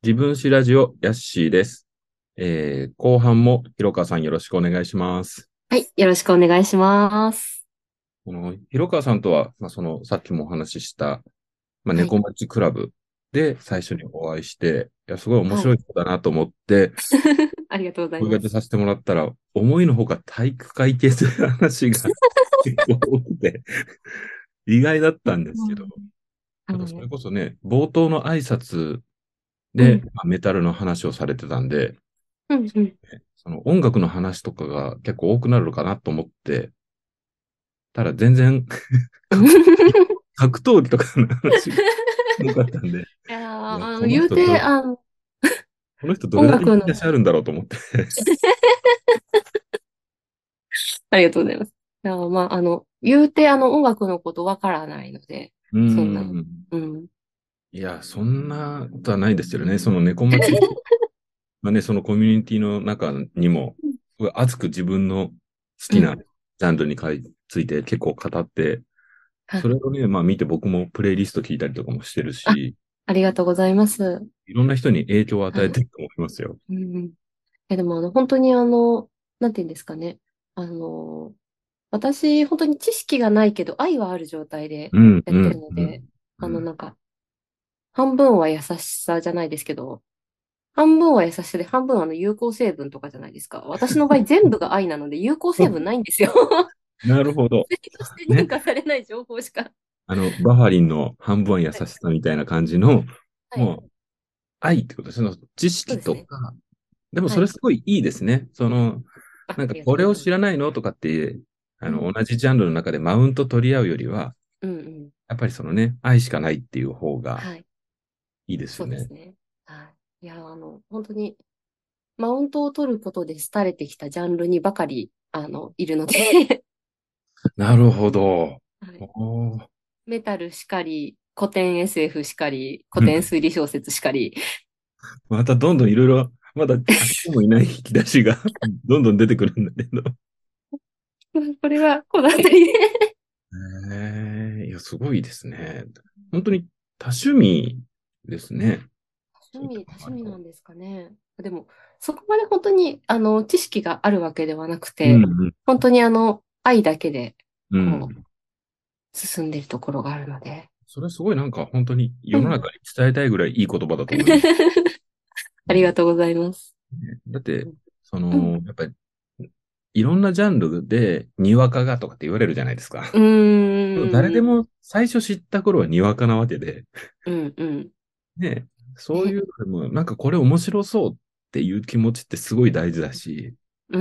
自分史ラジオ、ヤッシーです。後半も、ひろかさんよろしくお願いします。 はい、よろしくお願いします。 ひろかさんとは、さっきもお話しした、 はい、 猫町クラブで最初にお会いして、いや、すごい面はい。 白い人だなと思って、 ありがとうござい声ます。 掛けさせてもらったら、思いのほか体育会系という話が結構多くて、意外だったんですけど、 うん、あなんかそれの、 こそね、冒頭の挨拶で、 うん、 メタルの話をされてたんで、 うん、うん。 その音楽の話とかが結構多くなるのかなと思って、ただ全然格、格闘技とかの話が多かったんで、 いやー、 いや、この言うて、 人この人どれだけ音楽の、 引き出しあるんだろうと思って。 ありがとうございます。いやー、言うて、音楽のことわからないので、 うーそんな、 ん。 うん。 いや、そんなことはないですよね。その猫町ね、そのコミュニティの中にも、すごい熱く自分の好きなジうん。 ャンルについて結構語って、 はい。 それをね、見て僕もプレイリスト聞いたりとかもしてるあ、 し、 ありがとうございます。 いろんな人に影響を与はい。 えてると思いますよ。 うん。でも、本当になんていうんですかね。あの、私、本当に知識がないけど、愛はある状態でうん、 やってるうん、 ので、 うん。うん。 なんか、半分は優しさじゃないですけど、半分は優しさで、半分は有効成分とかじゃないですか。私の場合、全部が愛なので、有効成分ないんですよ。 なるほど。 薬として認ね。 可されない情報しか。 バファリンの半分は優しはい。 さみたいな感じの、 はい。 もう、愛ってことです。その知識そうですね。 とか、でもはい。 それすごいいいですね。 あ、ありがとなんかこれうございます。 を知らないのとかって、 うん。 同じジャンルの中でマウント取り合うよりは、 うんうん。 やっぱりそのね、愛しかないっていう方がはい。 いいですよね。 そうですね。はい。いや、本当に、マウントを取ることで廃れてきたジャンルにばかり、いるのでなるほど。 はい。 おー。 メタルしかり、古典 SF しかり、古典うん。 推理小説しかり。 またどんどんいろいろ、まだ当ててもいない引き出しがどんどん出てくるんだけど。 これはこの辺りでいや、すごいですね。本当に多趣味ですね。そうやって多考えると。 趣味なんですかね。でも、そこまで本当に、知識があるわけではなくて、 うんうん。 本当に愛だけで、こう、 うん。 進んでいるところがあるので。 それはすごいなんか本当にうん。 世の中に伝えたいぐらいいい言葉だと思います。うん。 ありがとうございます。 だって、 うん。 やっぱりいろんなジャンルでにわかがとかって言われるじゃないですか。 うでも誰ーん。 でも最初知った頃はにわかなわけで、 うん、うん。 ね、そういね。 うのも、なんかこれ面白そうっていう気持ちってすごい大事だし、 うん。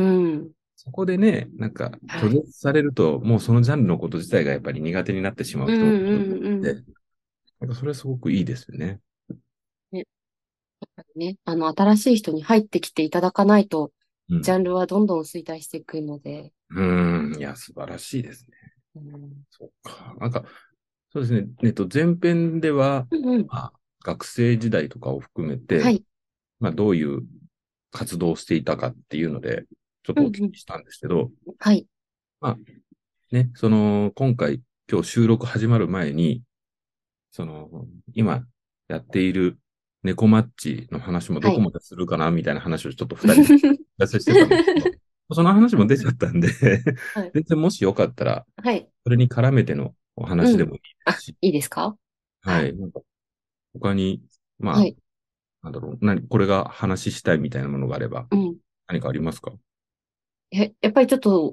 そこでね、なんか拒はい。 絶されると、もうそのジャンルのこと自体がやっぱり苦手になってしまううん、 人もうん、うん。 いるので、なんかそれはすごくいいですよね。 ね、やっぱりね、新しい人に入ってきていただかないと、 うん。 ジャンルはどんどん衰退していくので。 いや、素晴らしいですね。 うん。 そうか。なんか、そうですね。前編では、 うん、うん。 学生時代とかを含めて、 はい。 どういう活動をしていたかっていうので、ちょっうん、 とお聞うん。 きしたんですけど、 はい。 まあね、今日収録始まる前に、今やっている猫マッチの話もどはい。 こまでするかなみたいな話をちょっと二人で出せしてたんですけど、その話も出ちゃったんではい。 全然もしよかったら、 はい。 それに絡めてのおうん。 話でもいいですあ、 し、 いいですか？はい。 はい。なんか他に、まあ、 はい。 なんだろう、これが話したいみたいなものがあれば、 うん。 何かありますか？ やっぱりちょっと、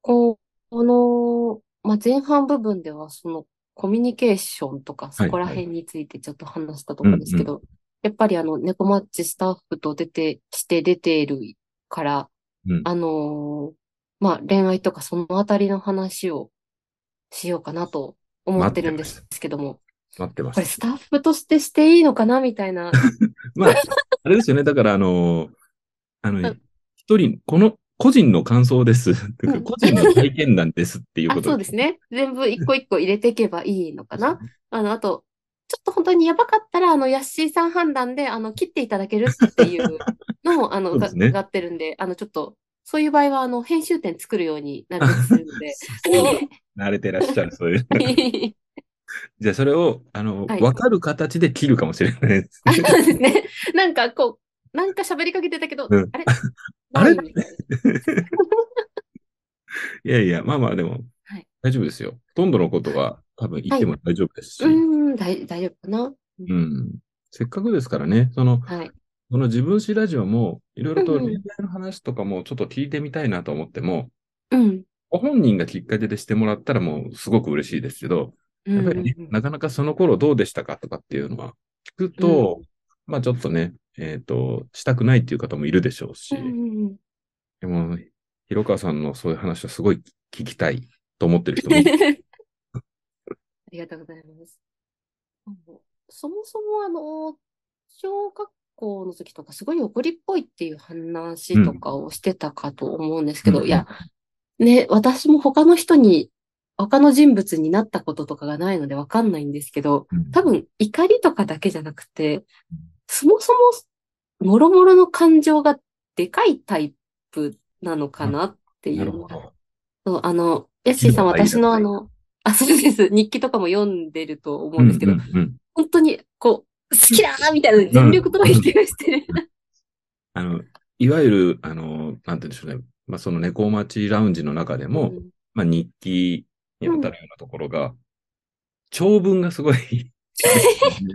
前半部分では、コミュニケーションとか、そはい、はい。 こら辺についてちょっと話したとうん、 思うんですうん、 けど、やっぱり猫マッチスタッフと出ているから、 うん。 恋愛とかそのあたりの話をしようかなと思ってるんです待ってます。 けども、 待ってます。 これスタッフとしてしていいのかなみたいな。 まあ、あれですよね。だから、 うん、 この個人の感想です。というか、 うん。 個人の体験談ですっていうあ、 ことですね。 そうですね。全部一個一個入れていけばいいのかな。 そうですね。 あと、ちょっと本当にやばかったら、ヤッシーさん判断で、切っていただけるっていうのも、伺そうですね。 ってるんで、ちょっと、そういう場合は、編集点作るようになるべくするので。 さすが。慣れてらっしゃる、そういう。 じゃあそれを、 はい。 わかる形で切るかもしれないですあ、 ね。 そうですね。なんかこう、なんか喋りかけてたけど、 うん。 あれあれないみたいな。 いやいや、まあまあでもはい。 大丈夫ですよ。ほとんどのことは多分言っはい。 ても大丈夫ですうーし、 大丈夫かな。うん、 うん。せっかくですからね、 はい。 その自分史ラジオも、いろいろと恋うん、 愛の話とかもちょっと聞いてみたいなと思っても、 うん、 ご本人がきっかけでしてもらったらもうすごく嬉しいですけど、 うん、うん、 やっぱりね、 うん。 なかなかその頃どうでしたかとかっていうのは聞くうんと、まあちょっとね、したくないっていう方もいるでしょううんし、 うんうん。 でも、広川さんのそういう話はすごい聞きたいと思ってる人もいる。 ありがとうございます。あのそもそも小学校の時とかすごい怒りっぽいっていう話とうん。 かをしてたかと思うんですうん。 けど、いや、 うん。 ね、私も他の人物になったこととかがないのでわかんないんですけど、 うん。 多分怒りとかだけじゃなくて、そもそももろもろの感情がでかいタイプなのかあ、 なってないう。 るほど。 そう、ヤッシーさん、 喜怒哀私の楽がいい。 あ、そうです。日記とかも読んでると思うん。 うんですけど、 うん。うん。 本当に、こう、好きだーみたいなうん。 全力投球してる。 あの、いわゆる、なんて言うんでしょうね。まあ、その猫町ラウンジの中でも、 うん。 まあ、日記にうん。 当たるようなところが、長文がすごいですよね。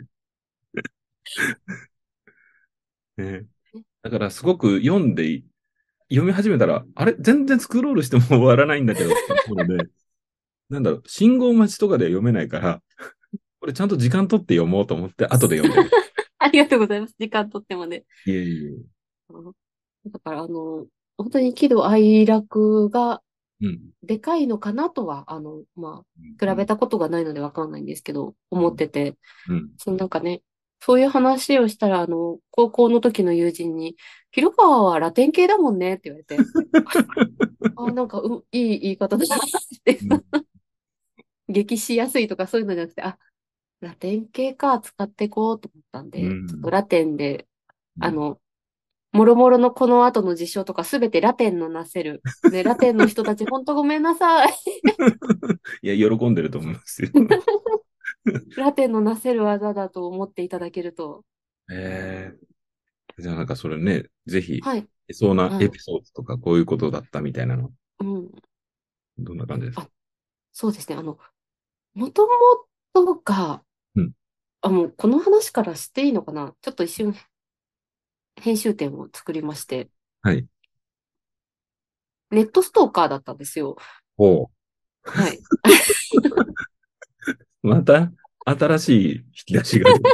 ね。だから、すごく読み始めたら、あれ全然スクロールしても終わらないんだけどって思うので、なんだろう、信号待ちとかで読めないから、これちゃんと時間取って読もうと思って、後で読んでる。 ありがとうございます。時間とってまで。 いえいえ。 うんだから、本当に喜怒哀楽がうん。 でかいのかなとは、比べうん。 たことがないのでわかんないんですけど、 うん。 思ってて、 うん。 なんかね、そういう話をしたら、高校の時の友人に、広川はラテン系だもんねって言われて、あ、なんか、いい言い方だなってうん。 激しやすいとかそういうのじゃなくて、あ、ラテン系か、使っていこうと思ったんで、ちょっとうん。 ラテンで、 うん。 もろもろのこの後の事象とかすべてラテンのなせる。ね、ラテンの人たち、ほんとごめんなさい。 いや、喜んでると思いますよ。 ラテンのなせる技だと思っていただけると。 えじゃあなんかそれね、ぜひ、 はい。 そうなはい。 エピソードとかこういうことだったみたいなの、 うん。 どんな感じですか？ あ、そうですね。もともとが、 うん。 もうこの話からしていいのかなちょっと一瞬編集点を作りまして、 はい。 ネットストーカーだったんですよ。 ほはい。 う。また、新しい引き出しが出て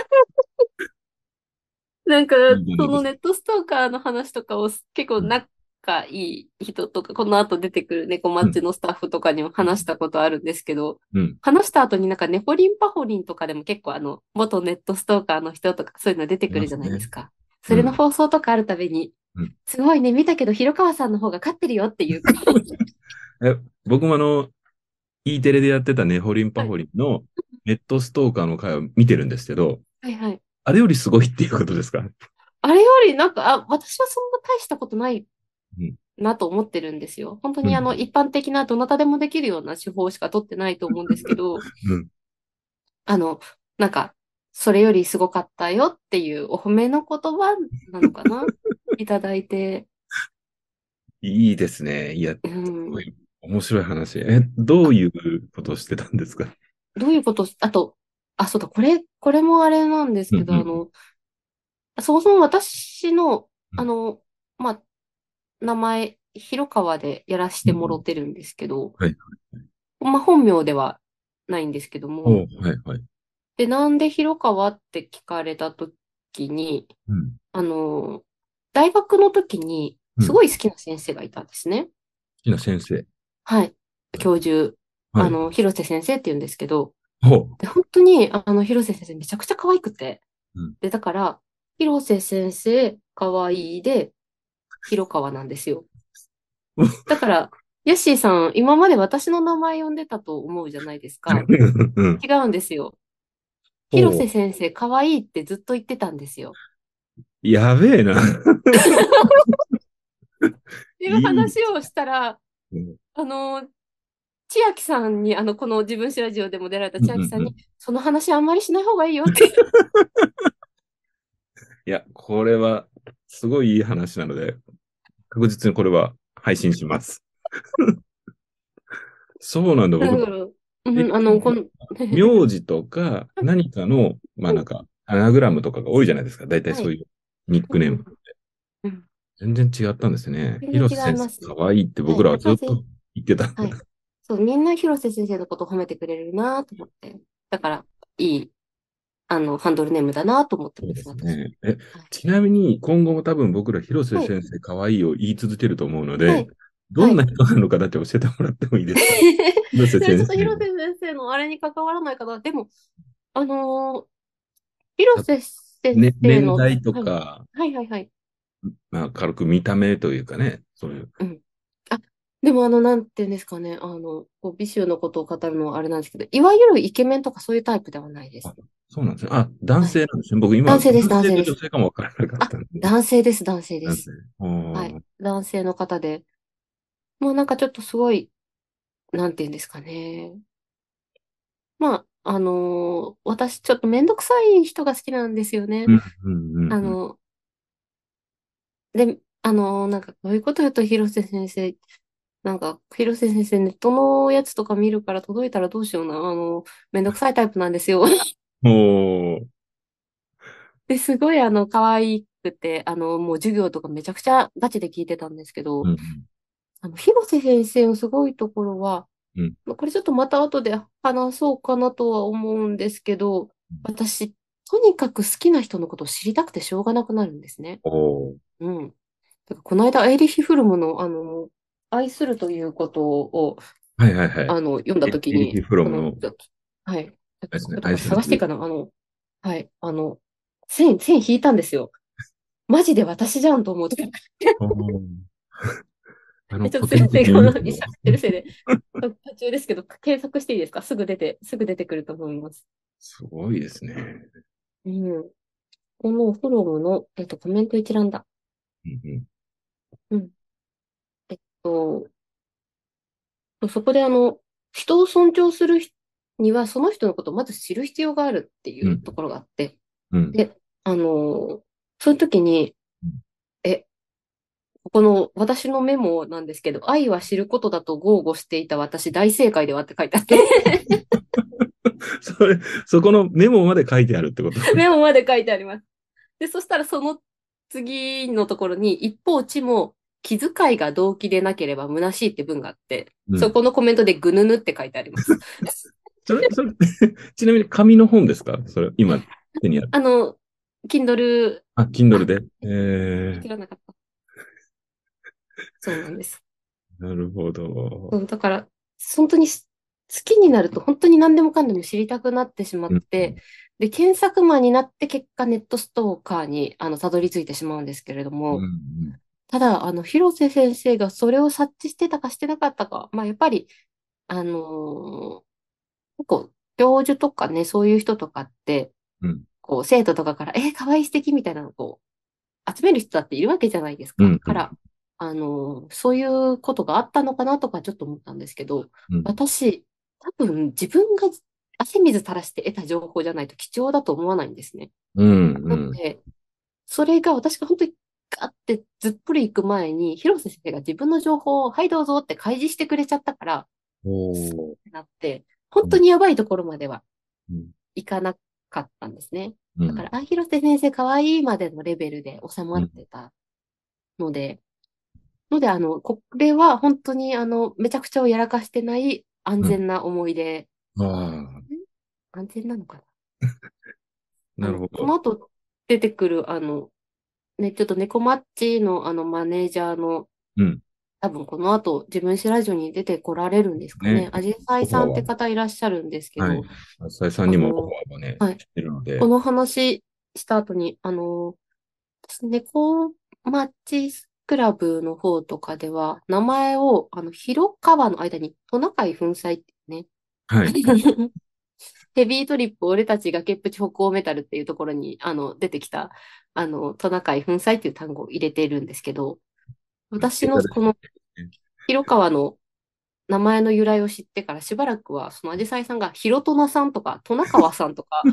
なんか、 いいじゃないですか。 そのネットストーカーの話とかを結構うん。 仲いい人とか、この後出てくる猫マうん。 ッチのスタッフとかにも話したことあるんですけど、 うん。 話した後になんかネホリンパホリンとかでも結構元ネットストーカーの人とかそういうの出ていくるじゃないでますね。 すか。それのうん。 放送とかあるたびに、 うん。 すごいね、見たけど、広川さんの方が勝ってるよっていう、こえ、僕もE テレでやってたねほりんう、 ぱはい、 ほりんのネットストーカーの回を見てるんですけど、 はいはい。 あれよりすごいっていうことですか？ あれよりなんか、私はそんな大したことないうん。 なと思ってるんですよ。本当にうん。 一般的などなたでもできるような手法しか取ってないと思うんですけど、 うん。 あの、なんか、それよりすごかったよっていうお褒めの言葉なのかないただいて、 いいですね。いや、すうん。 ごい面白い話。どういうことをしてたんですか？ どういうことあと、そうだ、これもあれなんですうん。 けど、 うん。 そもそも私の、 うん。 まあ、名前、広川でやらせうん。 てもろうん。 てるんですけど、 はい。 本名ではないんですけども、 おう、はい、はい。 で、なんで広川って聞かれたときに、 うん。 あの、大学の時にうん。 すごい好きな先生がいたんですね。 好きな先生。 はい。教授、 はい。 広瀬先生って言うんですけど、 ほう。 で、本当に、広瀬先生めちゃくちゃ可愛くて、 うん。 で、だから、広瀬先生、可愛いで、広川なんですよ。だから、ヤッシーさん、今まで私の名前呼んでたと思うじゃないですか。 うん。 違うんですよ。広ほう。 瀬先生、可愛いってずっと言ってたんですよ。 やべえな。 っていういい。 話をしたら、 うん。 あの、 千秋さんに、この自分史ラジオでも出られたうん千秋さんに、 うんうん。 その話あんまりしない方がいいよって。 いや、これは、すごいいい話なので、確実にこれは配信します。そうなんだ、僕、 だから、うえ、 ん、 名字とか何かの、まあうん、 なんか、アナグラムとかが多いじゃないですか。大体はい。 そういうニッうん、 クネーム。 うん、うん。 全然違ったんですね。 全然広瀬先生、 違いますね。 可愛いってはい。 僕らはずっと広瀬、 言ってた。 はい。そう、みんな広瀬先生のことを褒めてくれるなと思って。だから、いい、ハンドルネームだなと思ってそうでます、私。 すね。 はい。 ちなみに今後も多分僕ら広瀬はい。 先生可愛いを言い続けると思うので、 はい。 どはい。 んな人なのかだけ教えてもらってもいいですか？広瀬それちょ先生の。 っと広瀬先生のあれに関わらないかな。でも、あのー広瀬先ね、 生の、 年代とはい。 か、 はいはいはい。 まあ軽く見た目というかね、そういう。 うん。あ、でもなんていうんですかね。こう美醜のことを語るのはあれなんですけど、いわゆるイケメンとかそういうタイプではないであ、 す。 そうなんですね。あ、男はい。 性なんですね。僕今、男男性です、男性か性です。 女性かもわからなかっあ、 たんで。 男性です、男性で男性。 す。 おはい。 ー、 男性の方で、もうなんかちょっとすごい、なんていうんですかね。まあ、私ちょっとめんどくさい人が好きなんですよね。 うん、うん、うん、うん。 あの、で、なんかこういうこと言うと広瀬先生、なんか広瀬先生ネットのやつとか見るから届いたらどうしような。めんどくさいタイプなんですよ。 おー、 で、すごい可愛くて、もう授業とかめちゃくちゃガチで聞いてたんですけど、 うん、 広瀬先生のすごいところは、 うん、 これちょっとまた後で話そうかなとは思うんですけど、私、とにかく好きな人のことを知りたくてしょうがなくなるんですね。 おー。 うん。だからこの間、エイリヒ・フルムの、愛するということを、 はいはいはい。 読んだときに、 エリヒ・フロムの、 ちょっと、はい。ちょっとですね、 これとか愛するという。 探していいかな。はい。線引いたんですよ。マジで私じゃんと思うとき、 おー、 ちょっと古典的先生が喋読み物。 ってるせいで、途中ですけど、検索していいですか？すぐ出てくると思います。 すごいですね。 うん。このフォロムの、コメント一覧だ。 うんうん、 うん。と、そこで人を尊重するには、その人のことをまず知る必要があるっていうん、 うところがあって、 うん。 で、そういう時に、え、ここの私のメモなんですけど、愛は知ることだと豪語していた私大正解ではって書いてあって、 それ、そこのメモまで書いてあるってこと？ メモまで書いてあります。で、そしたらその次のところに、一方、知も気遣いが動機でなければ虚しいって文があって、 うん。 そこのコメントでぐぬぬって書いてあります。 それ、ちなみに紙の本ですか？それ、今、手にある。 あの、Kindle、 あ、Kindle あ、 で。 知らなかった。そうなんです。 なるほど。 そうだから、本当に好きになると本当に何でもかんでも知りたくなってしまうん。 って、で、検索マンになって結果ネットストーカーにたどり着いてしまうんですけれどうも、 ん。 ただ、広瀬先生がそれを察知してたかしてなかったか、まあ、やっぱり、あのー結構、教授とかね、そういう人とかって、 うん。 こう、生徒とかから、可愛い素敵みたいなのをこう、集める人だっているわけじゃないですか。 うん。うん。 そういうことがあったのかなとかちょっと思ったんですけど、 うん。 私、多分自分が汗水垂らして得た情報じゃないと貴重だと思わないんですね。 うん。うん。 なので、それが私が本当にガッてずっぷり行く前に、広瀬先生が自分の情報を、はいどうぞって開示してくれちゃったから、スッおー。 てなって、本うん。 当にやばいところまではうん。 行かなかったんですね。 うん。 だから、広瀬先生かわいいまでのレベルで収まうん。 ってたので、これは本当にめちゃくちゃをやらかしてない安うん。 全な思い出。 ああ、 安全なのかな。こなるほど。 の後出てくる、ね、ちょっと猫マッチのマネージャーの、 うん。 多分この後自分史ラジオに出てこられるんですかね。 ね。アジサイさんってオファーは、 方いらっしゃるんですけはい。 ど、 浅井さんにもオフあの、 ァーがね、 はい。 来てるので。 この話した後に、猫マッチクラブの方とかでは、名前を、広川の間にトナカイ粉砕ってね、 はい。 ヘビートリップ俺たち崖っぷち北欧メタルっていうところに、出てきた、トナカイ粉砕っていう単語を入れているんですけど、私桁ですのこのね。 広川の名前の由来を知ってからしばらくは、そのアジサイさんがヒロトナさんとか、トナカワさんとか、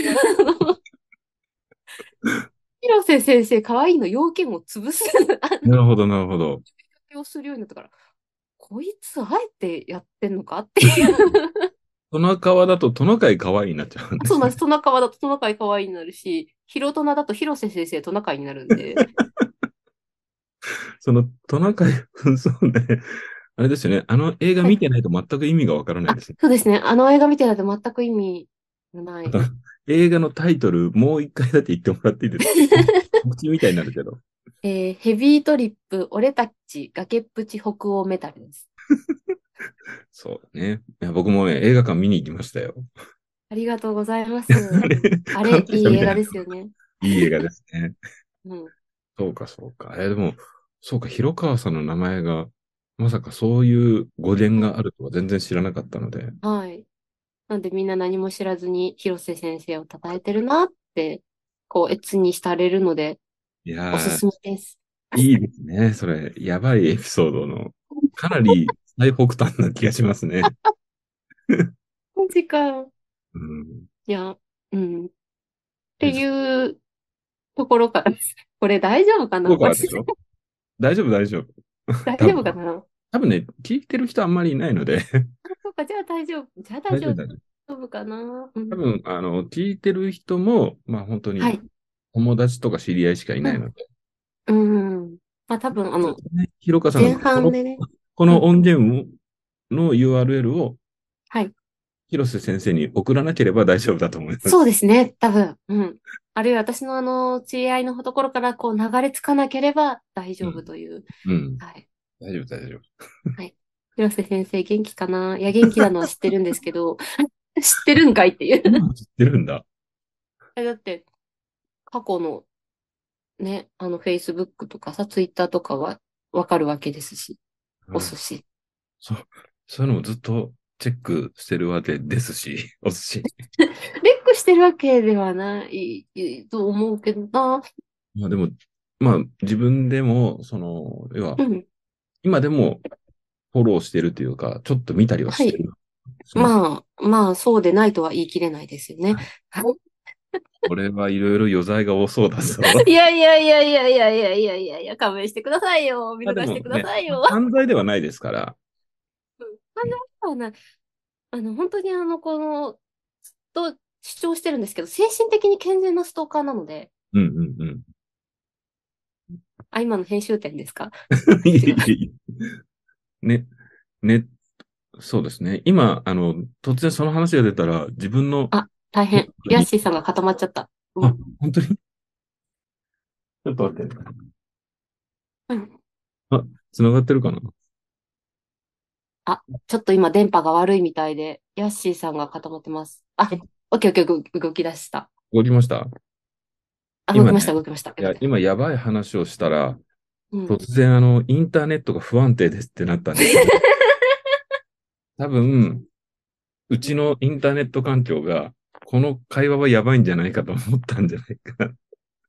広瀬先生、可愛いの要件を潰す、 なるほど、なるほど。 をするようになったから、こいつ、あえてやってんのかっていう。 トナカワだとトナカイ可愛いになっちゃうんですね。 そうなんです。トナカワだとトナカイ可愛いになるし、ヒロトナだと広瀬先生トナカイになるんで。 そのトナカイ、そうね。あれですよね。あの映画はい。 見てないと全く意味がわからないあ、 ですね。 そうですね。あの映画見てないと全く意味ない。 あと、映画のタイトル、もう一回だけ言ってもらっていいですか？口みたいになるけど。 ヘビートリップ、俺たち崖っぷち北欧メタルです。 そうね。いや、僕もね、映画館見に行きましたよ。 ありがとうございます。 あれ、 あれ、 犯罪いい映画者みたいな。 ですよね。 いい映画ですね。 うん。 そうか、そうか。でも、そうか、広川さんの名前が、まさかそういう語源があるとは全然知らなかったので。 はい。なんでみんな何も知らずに広瀬先生を称えてるなって、こう、悦に浸れるので、 いやー、 おすすめです。 いいですね。それ、やばいエピソードの、かなり最北端な気がしますね。 マジか。 うん。 いや、うん。ってえ、 いうところからです。これ大丈夫かここなマジで。 からでしょ？大丈夫、大丈夫。 大多分、 丈夫かな？ 多分ね、聞いてる人あんまりいないので、 あ、そうか、じゃあ大丈夫。じゃあ大大丈夫、 丈大丈夫。 夫かな？うん。 多分、聞いてる人も、まあ本当にはい。 友達とか知り合いしかいうん。 ないので、 うん。まあ多分、 ずっとね、ひろかさん前の半でね。 このうん。 音源の URL をはい。 広瀬先生に送らなければ大丈夫だと思います。 そうですね。多分。うん。あるいは私の知り合いのところからこう流れ着かなければ大丈夫うん。 という。 うん。 はい。 大丈夫、大丈夫。 はい。広瀬先生元気かな？いや、元気なのは知ってるんですけど、知ってるんかいっていう。 今知ってるんだ。 だって、過去のね、Facebook とかさ、Twitter とかはわかるわけですし、 うん。 お寿司。 そう、そういうのもずっとチェックしてるわけですし、お寿司。 レックしてるわけではないと思うけどな。 まあでも、まあ自分でも、要は、 うん。 今でもフォローしてるというか、ちょっと見たりははい。 してるんですね。 まあ、そうでないとは言い切れないですよね。 これはいろいろ余罪が多そうだぞ。 いやいやいやいやいやいやいやいやいや、勘弁してくださいよ。見まあで逃してもね、 くださいよ。 犯罪ではないですから。 うん。犯罪ではない。本当にずっと主張してるんですけど、精神的に健全なストーカーなので、 うんうんうん。 あ、今の編集点ですか？ いえ違う。 いえいえ。ね、ね、そうですね。今、突然その話が出たら、自分のあ、大ノー変。 トに、 ヤッシーさんが固まっちゃった。うあ、 ん。 本当にちょっと待って。 うん。 あ、繋がってるかな？ あ、ちょっと今電波が悪いみたいで、ヤッシーさんが固まってます。あ、オッケーオッケー、動き出した。 動きました？ あ、動今ね、 きました、動きました。よいや、 かったよかった。 今やばい話をしたら、 うん。 突然インターネットが不安定ですってなったんですけど、多分、うちのインターネット環境が、この会話はやばいんじゃないかと思ったんじゃないかな。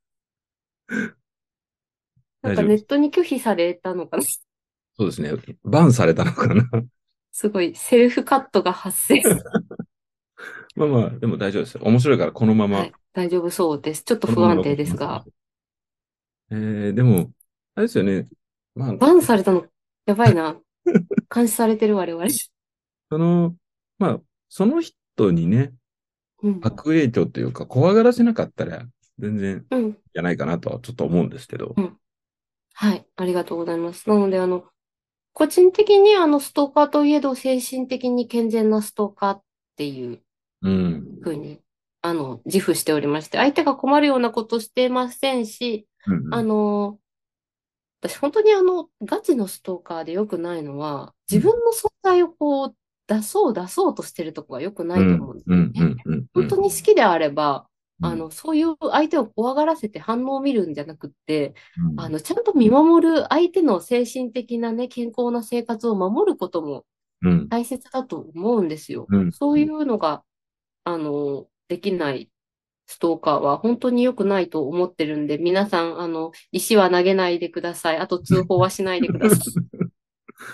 なんかネッ大丈夫です。 トに拒否されたのかな？ そうですね。バンされたのかな。 すごい、セルフカットが発生。 まあまあ、でも大丈夫ですよ。面白いからこのまま、 はい、大丈夫そうです。ちょっとこのまま不安定残します。 ですが。 でも、あれですよね。まあ、 バンされたの、やばいな。監視されてる我々。 その、まあ、その人にね、 うん。 悪影響というか、怖がらせなかったら、全然うん。 じゃないかなとはちょっと思うんですけど。 うん。はい。ありがとうございます。なので、個人的にストーカーといえど、精神的に健全なストーカーっていううん。 ふうに、自負しておりまして、相手が困るようなことしてませんし、 うん。 あの、私本当にガチのストーカーで良くないのは、 うん。 自分の存在をこう、出そうとしてるとこが良くなうん。 いと思うんですうん。うよね。 ん。うん。う本当ん。 に好きであれば、 うん。 そういう相手を怖がらせて反応を見るんじゃなくって、 うん。 ちゃんと見守る相手の精神的なね、健康な生活を守ることもうん。 大切だと思うんですよ。 うん。 そういうのが、できないストーカーは本当に良くないと思ってるんで、皆さん、石は投げないでください。あと通報はしないでください。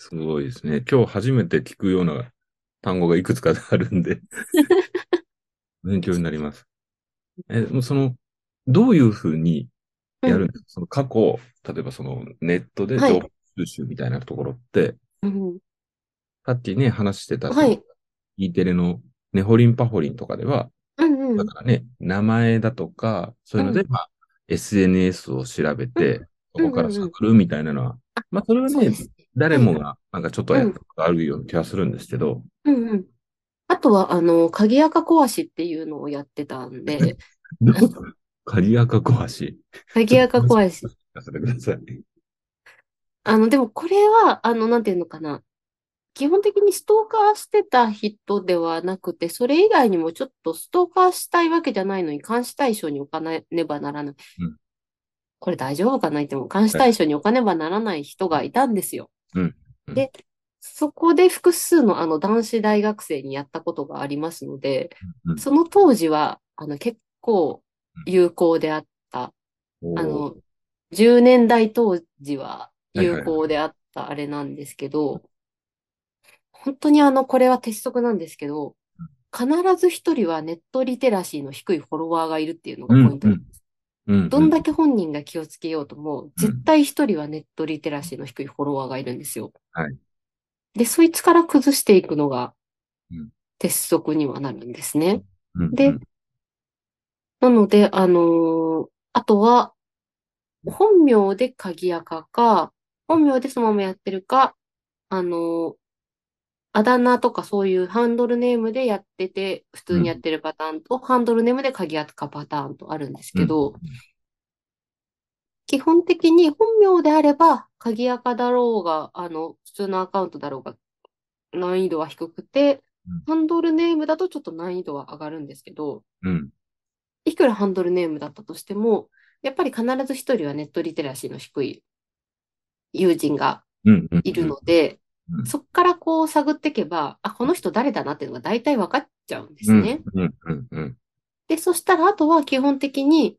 すごいですね。今日初めて聞くような単語がいくつかあるんで、勉強になります。もうどういうふうにうん。 やるんですか？その過去、例えばネットではい。 情報収集みたいなところって、 うん。 さっきね、話してたはい。 E テレのネホリンパホリンとかでは、 うんうん。 だからね、名前だとか、そういうので、 うん。 まあ、SNS を調べうん。 て、そこからうんうんうん。 探るみたいなのは、まあ、それはね、 そうですね。はい。 誰もが、なんかちょっとはうん。 やったことあるような気がするんですけど、 うんうん。あとは、鍵垢壊しっていうのをやってたんで、 どう、鍵垢壊し。ちょっと鍵垢詳しく壊し。 聞かせてください。 でもこれは、なんていうのかな。基本的にストーカーしてた人ではなくて、それ以外にもちょっとストーカーしたいわけじゃないのに監視対象に置かなねばならない。 うん。 これ大丈夫かな言っても監視はい。 対象に置かねばならない人がいたんですよ。 うん。うん。 で、そこで複数の男子大学生にやったことがありますので、 うん。 その当時は結構有効であった。あおー。 の、10年代当時は有はいはいはい。 効であったあれなんですけど、本当にこれは鉄則なんですけど、必ず一人はネットリテラシーの低いフォロワーがいるっていうのがうん。 ポイントなんです。 うん。うん。うん。 どんだけ本人が気をつけようとも、絶うん。 対一人はネットリテラシーの低いフォロワーがいるんですよ。 はい。 で、そいつから崩していくのがうん。 鉄則にはなるんですね。 うん。うで、 ん。 なので、あとは、本名で鍵垢か、本名でそのままやってるか、あのーあだ名とかそういうハンドルネームでやってて、普うん。 通にやってるパターンと、ハンドルネームで鍵垢パターンとあるんですうん。 けど、基本的に本名であれば、鍵垢だろうが、普通のアカウントだろうが、難易度は低くて、ハンドルネームだとちょっと難易度は上がるんですけど、 うん。 いくらハンドルネームだったとしても、やっぱり必ず一人はネットリテラシーの低い友人がうん。うん。 いるうん。 ので、 うん。 そこからこう探っていけば、あ、この人誰だなっていうのが大体分かっちゃうんでうん。 すね。 うん。うん。うん。 で、そしたらあとは基本的に、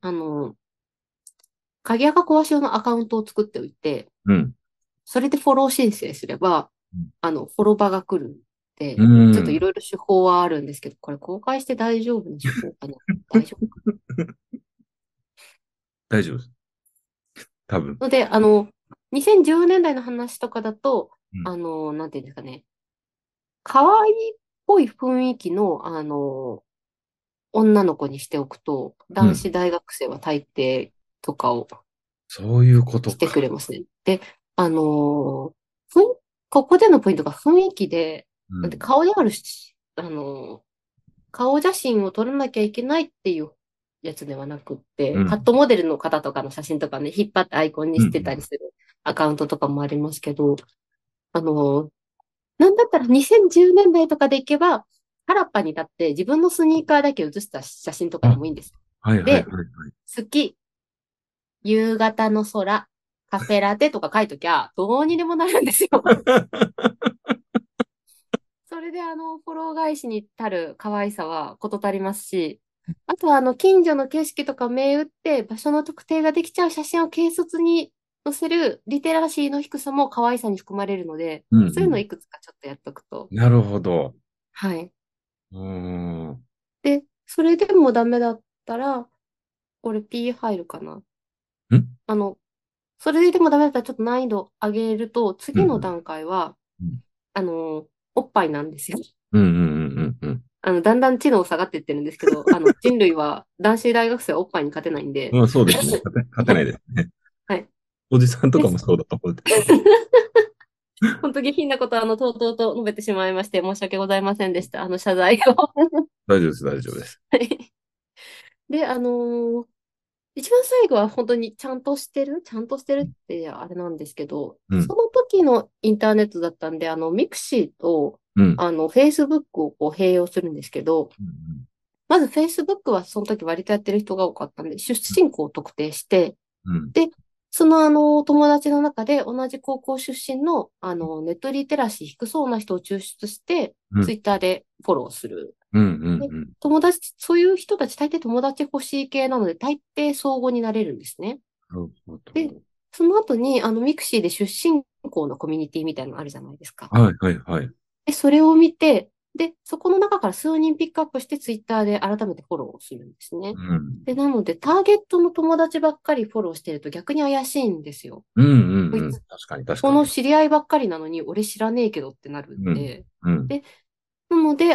鍵垢壊し用のアカウントを作っておいて、 うん。 それでフォロー申請すれば、フォロバが来るんうで、ちょっといん。 ろいろ手法はあるんですけど、これ公開して大丈夫な手法かな？大丈夫か大丈夫です。多分。 なので、2010年代の話とかだと、 うん。 なんていうんですかね、可愛いっぽい雰囲気の、女の子にしておくと、 うん。 男子大学生は大抵とかをそういうことしてくれか。 ますね。で、あのー、雰囲ここでのポイントが雰囲気で、なんてうん。 顔であるし、顔写真を撮らなきゃいけないっていうやつではなくって、カッうん。 トモデルの方とかの写真とかね、引っ張ってアイコンにしてたうん。 りするアカウントとかもありますけど、あのーなんだったら2010年代とかでいけば、原っぱに立って自分のスニーカーだけ写した写真とかであ、 もいいんです。 はいはいはいで、 はい。 好き、夕方の空、カフェラテとか書いときゃ、どうにでもなるんですよ。それでフォロー返しに足る可愛さは事足りますし、あとは近所の景色とか銘打って場所の特定ができちゃう写真を軽率に載せるリテラシーの低さも可愛さに含まれるので、 うんそういうのをうん。 いくつかちょっとやっとくと。 なるほど。 はい。 うーん。 で、それでもダメだったら、これ P 入るかな。 んあの、それでもダメだったらちょっと難易度上げると、 うんうん次の段階は、 うん。 おっぱいなんですよ。 うんうんうんうん。 だんだん知能下がっていってるんですけど、人類は男子大学生はおっぱいに勝てないんで、 まあそうですね。勝てないですね。 はい。 おじさんとで、 かもそうだと思って。 本当に下品なことをとうとうと述べてしまいまして、申し訳ございませんでした。謝罪を。 大丈夫です、大丈夫です。 はいで、一番最後は本当にちゃんとしてるってあれなんですけど、 うん。 その時のインターネットだったんで、ミクシーと、 うん。 フェイスブックをこう併用するんですけど、 うんまずフェイスブックはその時割とやってる人が多かったんで、出身校を特定して、 うん。 で、その友達の中で同じ高校出身のネットリテラシー低そうな人を抽出して、 うん。 ツイッターでフォローする。 うんうで、 ん。 そういう人たち大抵友達欲しい系なので、大抵相互になれるんですね。 なるほで、 ど。 その後に、ミクシーで出身校のコミュニティみたいなのあるじゃないですか。 はいはいはい。 で、それを見て、で、そこの中から数人ピックアップして、ツイッターで改めてフォローするんですね。 うん。 で、なので、ターゲットの友達ばっかりフォローしてると逆に怪しいんですよ。 うんうんうん。 こいつ、 確かに確かに。 この知り合いばっかりなのに、俺知らねえけどってなるんうん。 で。 うん。 で、なので、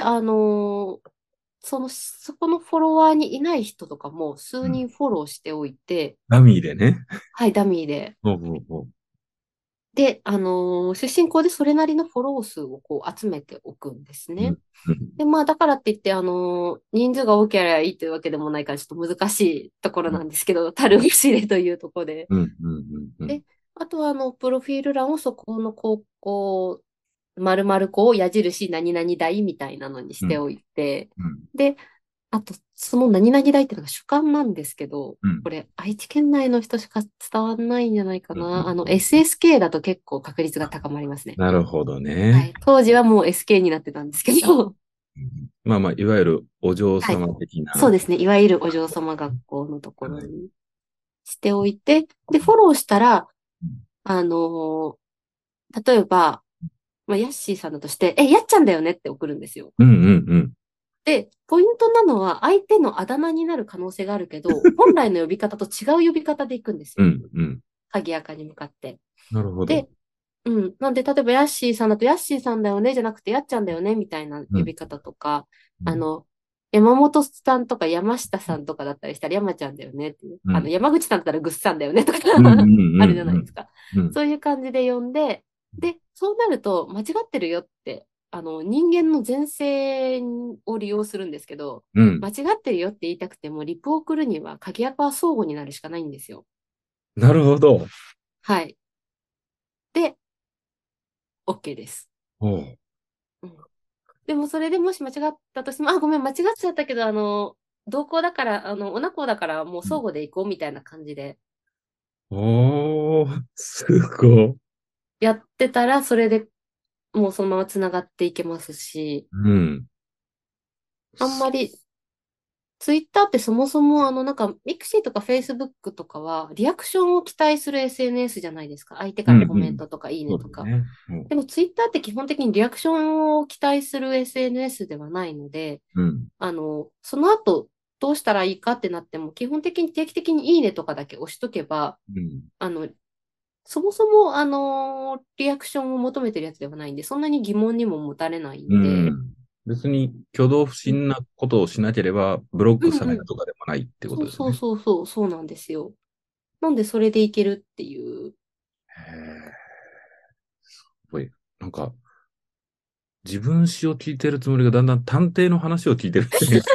そこのフォロワーにいない人とかも数うん。 人フォローしておいて、 ダミーでね。 はい、ダミーで。 ほうほうほう。 で、出身校でそれなりのフォロー数をこう集めておくんですね。 うん。うん。 で、まあ、だからって言って、人数が多ければいいというわけでもないから、ちょっと難しいところなんですけど、樽を知れというところで。 うん。うん。うん。 で、あとは、プロフィール欄をそこの高校、丸々こう、矢印何々大みたいなのにしうん。 ておいて、 うん。 で、あと、その何々大っていうのが主観なんですけど、 うん。 これ、愛知県内の人しか伝わんないんじゃないかうん。 な。 うん。 SSK だと結構確率が高まりますね。 なるほどね。 はい。当時はもう SK になってたんですけど、 うん。まあまあ、いわゆるお嬢はい。 様的な。 そうですね。いわゆるお嬢様学校のとこはい。 ろにしておいて、で、フォローしたら、 うん。 あの例えば、まあ、ヤッシーさんだとして、やっちゃんだよねって送るんですよ。 うんうんうん。 で、ポイントなのは、相手のあだ名になる可能性があるけど、本来の呼び方と違う呼び方で行くんですよ。 うんうん。 鍵垢に向かって。 なるほど。 で、うん。なんで、例えば、ヤッシーさんだと、ヤッシーさんだよね、じゃなくて、やっちゃんだよね、みたいなうん。 呼び方とか、 うん。 山本さんとか山下さんとかだったりしたら、山ちゃんだよねっていう。 うん。 山口さんだったらぐっさんだよね、とかうんうんうあるじゃんうん。 ないですか。 うん。 そういう感じで呼んで、で、そうなると、間違ってるよって、人間の前世を利用するんですけど、 うん。 間違ってるよって言いたくても、リプを送るには、鍵垢は相互になるしかないんですよ。 なるほど。 はい。で、OK です。 おう。 うん。でもそれでもし間違ったとしても、あ、ごめん、間違っちゃったけど、同行だから、お仲だからもう相互で行こうみたいな感じでおー、すごい。 やってたら、それでもうそのままつながっていけますし、 うん。 あんまり、ツイッターってそもそも、なんか、ミクシーとかフェイスブックとかは、リアクションを期待する SNS じゃないですか。相手うからコメンんうん。 トとかいいねとか。 そうだね。うん。 でもツイッターって基本的にリアクションを期待する SNS ではないので、 うん。 その後、どうしたらいいかってなっても、基本的に定期的にいいねとかだけ押しとけば、 うん。 あの、そもそも、リアクションを求めてるやつではないんで、そんなに疑問にも持たれないうんで、 ん。別に挙動不うん審なことをしなければ、ブロックされうん。 るとかでもないってこそうそうとですね。 そうそう、そうなんですよ。なんで、それでいけるっていう。 へえ。すごい。なんか、自分史を聞いてるつもりがだんだん探偵の話を聞いてるみたいな。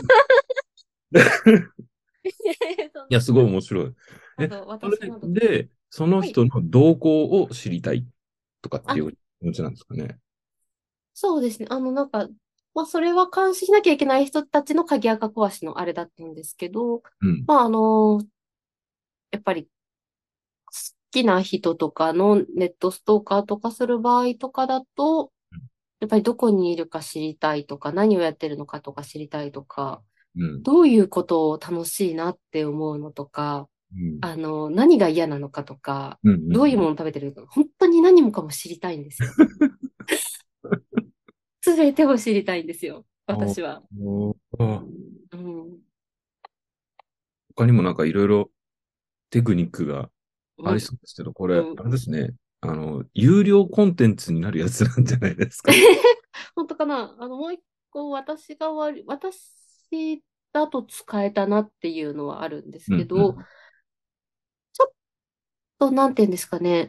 そんいや、すごいな、 面白い。 そう、 それ私など。 で、そのはい。 人の動向を知りたいとかってあ、 いう気持ちなんですかね。 そうですね。なんか、まあ、それは監視しなきゃいけない人たちの鍵垢壊しのあれだったんですけど、 うん。 まあ、やっぱり好きな人とかのネットストーカーとかする場合とかだと、やっぱりどこにいるか知りたいとか、何をやってるのかとか知りたいとか、 うん。 どういうことを楽しいなって思うのとか、 うん。 何が嫌なのかとか、 うん。うん。 どういうものを食べてるのか、本当に何もかも知りたいんですよ。すべてを知りたいんですよ、 お私は。 おあ、 うん。 他にもなんかいろいろテクニックがありうん。 そうですけど、これ、 うん。 あれですね。有料コンテンツになるやつなんじゃないですか。 本当かな。もう一個私だと使えたなっていうのはあるんですうんけど、 うん。 ちょっとなんていうんですかね。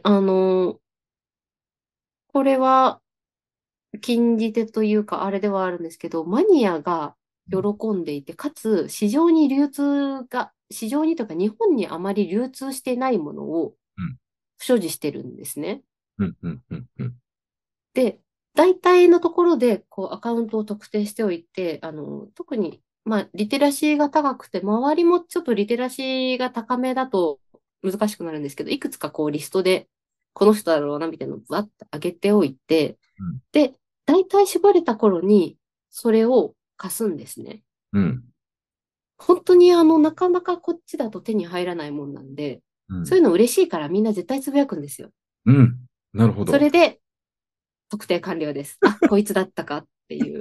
これは禁じ手というかあれではあるんですけど、マニアが喜んでいて、かつ市場にというか日本にあまり流通していないものをうん所持してるんですね。 うんうんうんうん。 で、大体のところで、こう、アカウントを特定しておいて、特に、まあ、リテラシーが高くて、周りもちょっとリテラシーが高めだと難しくなるんですけど、いくつかこう、リストで、この人だろうな、みたいなのをバッと上げておいて、で、大体絞れた頃に、それを貸すんですね。 うん。 本当になかなかこっちだと手に入らないもんなんで、 うん。 そういうの嬉しいからみんな絶対つぶやくんですよ。 うん。なるほど。 それで特定完了です。あ、こいつだったかっていう。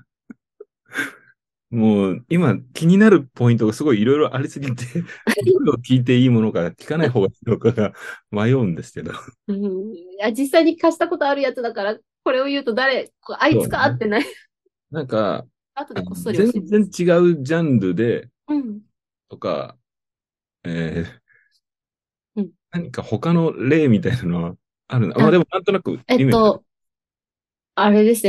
もう、今気になるポイントがすごいいろいろありすぎて、どれを聞いていいものか聞かない方がいいのかが迷うんですけど。 うん、いや、実際に貸したことあるやつだから、これを言うとあいつそうね。 かってない。 なんか、 後でこっそり教全然えます。 違うジャンルで、 うん。 とか、えーうん。 何か他の例みたいなのはあるな。まああ、 でもなんとなくえイメージある。 っと、あれですね。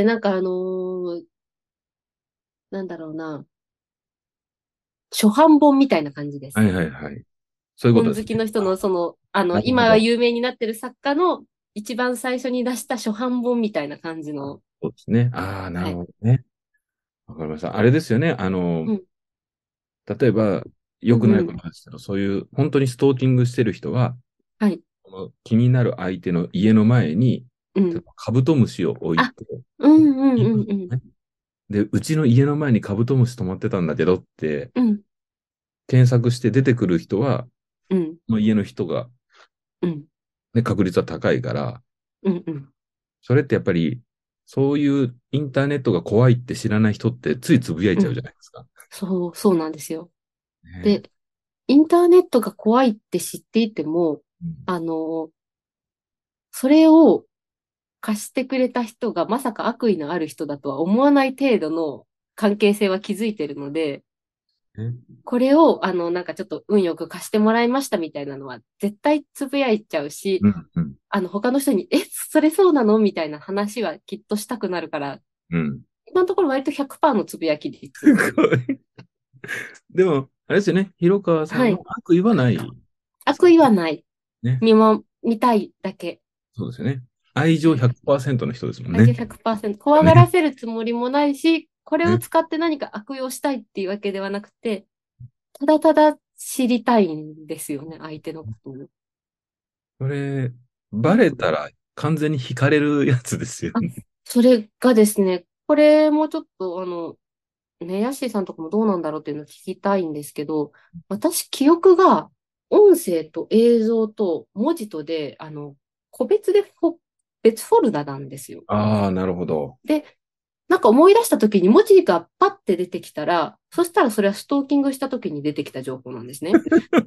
なんだろうな。初版本みたいな感じです。 はいはいはい。そういうこと本好ですね。 きの人の、今はなるほど。 有名になってる作家の一番最初に出した初版本みたいな感じの。 そうですね。ああ、なるはい。 ほどね。わかりました。あれですよね。 うん。 例えば、良くないこうんうん。 となんですけど、そういう本当にストーキングしてる人は、 はい。 この気になる相手の家の前に、 うん。 例えばカブトムシを置いあ、 て、 うんうん言いうんうん。 ますよね。で、うちの家の前にカブトムシ止まってたんだけどってうん。 検索して出てくる人は、 うん。 その家の人が、 うん。 ね、確率は高いから、 うんうん。 それってやっぱり、そういうインターネットが怖いって知らない人ってついつぶやいちゃうじうん。 ゃないですか。 そうなんですよ。 ね。 で、インターネットが怖いって知っていても、 うん。 あの、それを貸してくれた人がまさか悪意のある人だとは思わない程度の関係性は築いてるので、 ね。 これを、なんかちょっと運よく貸してもらいましたみたいなのは絶対つぶやいちゃうし、 うん、うん、 他の人に、それそうなのみたいな話はきっとしたくなるから、 うん。 今のところ割と100%のつぶやきす率。 ごい。でも、あれですよね。広川さんのはい。 悪意はないです悪意はない。 ね。 見たいだけ。 そうですよね。愛情はい。 100%の人ですもん愛情ね。 100%。怖がらね。 せるつもりもないし、これをね。 使って何か悪用したいっていうわけではなくて、ただただ知りたいんですよね、相手のことを。 これ、バレたら完全に惹かれるやつですよあ、 ね。 それがですね、これもちょっとね、ヤッシーさんとかもどうなんだろうっていうのを聞きたいんですけど、私、記憶が音声と映像と文字とで、個別で別フォルダなんですよ。 ああ、なるほど。 で、なんか思い出した時に文字がパッて出てきたら、そしたらそれはストーキングした時に出てきた情報なんですね。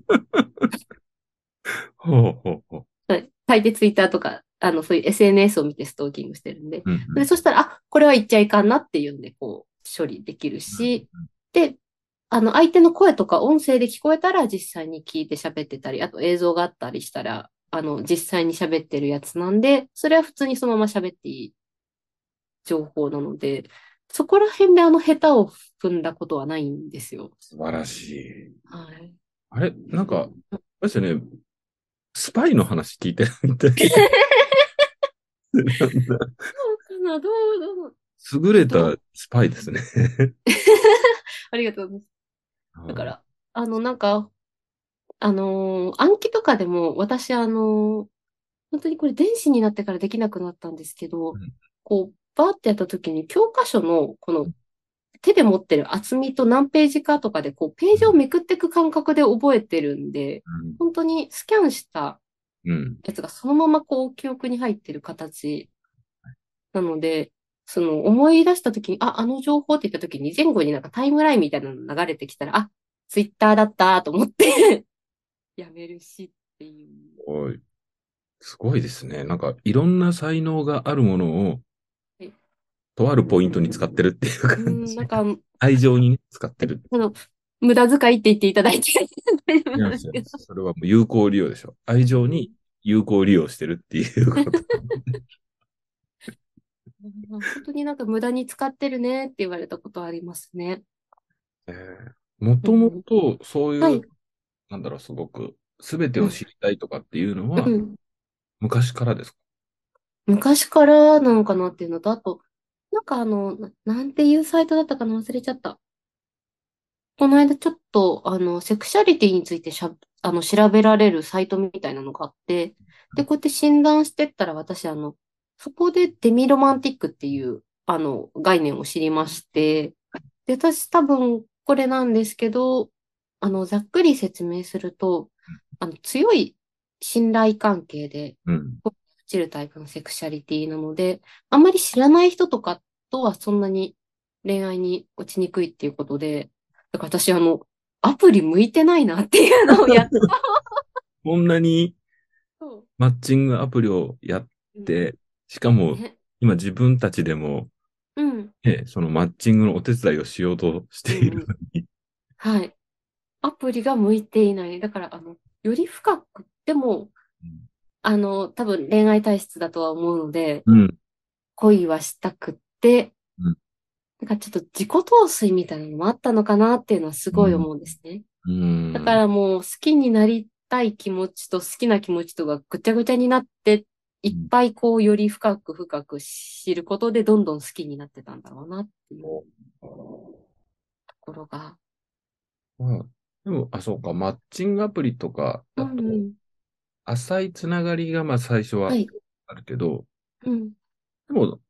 ほうほうほう。 はい。大抵ツイッターとか、そういう SNS を見てストーキングしてるんで。 うん、 で、そしたら、あ、これは言っちゃいかんなっていうんで、こう、処理できるうん。 し、で、相手の声とか音声で聞こえたら実際に聞いて喋ってたり、あと映像があったりしたら、実際に喋ってるやつなんで、それは普通にそのまま喋っていい情報なので、そこら辺で下手を踏んだことはないんですよ。 素晴らしい。 はい。 あれなんか、あれですよね。スパイの話聞いてるみたいなんだ。 そうかな、どう、 優れたどう、 スパイですね。 ありがとうございます。だかはら、なんか、暗記とかでも、私、本当にこれ電子になってからできなくなったんですけど、 い。 こう、バーってやった時に教科書のこの手で持ってる厚みと何ページかとかで、こう、ページをめくっていく感覚で覚えてるんで、本当にスキャンしたうん。 やつがそのままこう、記憶に入ってる形なので、その思い出した時に、あの情報って言った時に前後になんかタイムラインみたいなの流れてきたら、あ、ツイッターだったと思ってやめるしっていう。 おい、すごいですね。なんか、いろんな才能があるものを、 はい。 とあるポイントに使ってるっていううん、なん感じ。 か、 愛情にね、使ってる。 あの、無駄遣いって言っていただいて大丈夫いや、そうなんですけど。 それはもう有効利用でしょ。愛情にうん、 有効利用してるっていうこと。 本当になんか無駄に使ってるねって言われたことはありますね。 もともうん、 とそういう、 はい。 なんだろう、すごく、すべてうん、 を知りたいとかっていうのは、 うん。 昔からですか？ 昔からなのかなっていうのと、あと、なんかなんていうサイトだったかな忘れちゃった。この間ちょっと、セクシャリティについて調べられるサイトみたいなのがあって、で、こうやって診断してったら私、そこでデミロマンティックっていう、概念を知りまして、で、私多分これなんですけど、ざっくり説明すると、 強い信頼関係で、 うん。 落ちるタイプのセクシャリティなので、あんまり知らない人とかとはそんなに恋愛に落ちにくいっていうことで、だから私、アプリ向いてないなっていうのをやっこんなにと、 マッチングアプリをやっうん、 て、しかもね、 今自分たちでも、 うん、 そのマッチングのお手伝いをしようとしていうん、うん。 るのに。 はい。アプリが向いていない。だから、より深く、でも、多分恋愛体質だとは思うので、 うん。 恋はしたくって、 うん。 なんかちょっと自己陶酔みたいなのもあったのかなっていうのはすうん。 ごい思うんですね。 うだかん。 らもう好きになりたい気持ちと好きな気持ちとがぐちゃぐちゃになって、いっぱいこうより深く深く知ることでどんどん好きになってたんだろうなっていうところが。 まあ、でも、そうか、マッチングアプリとかうだと、 んうん。 浅いつながりがまあ最初ははい。 あるけど、 うん。 でも、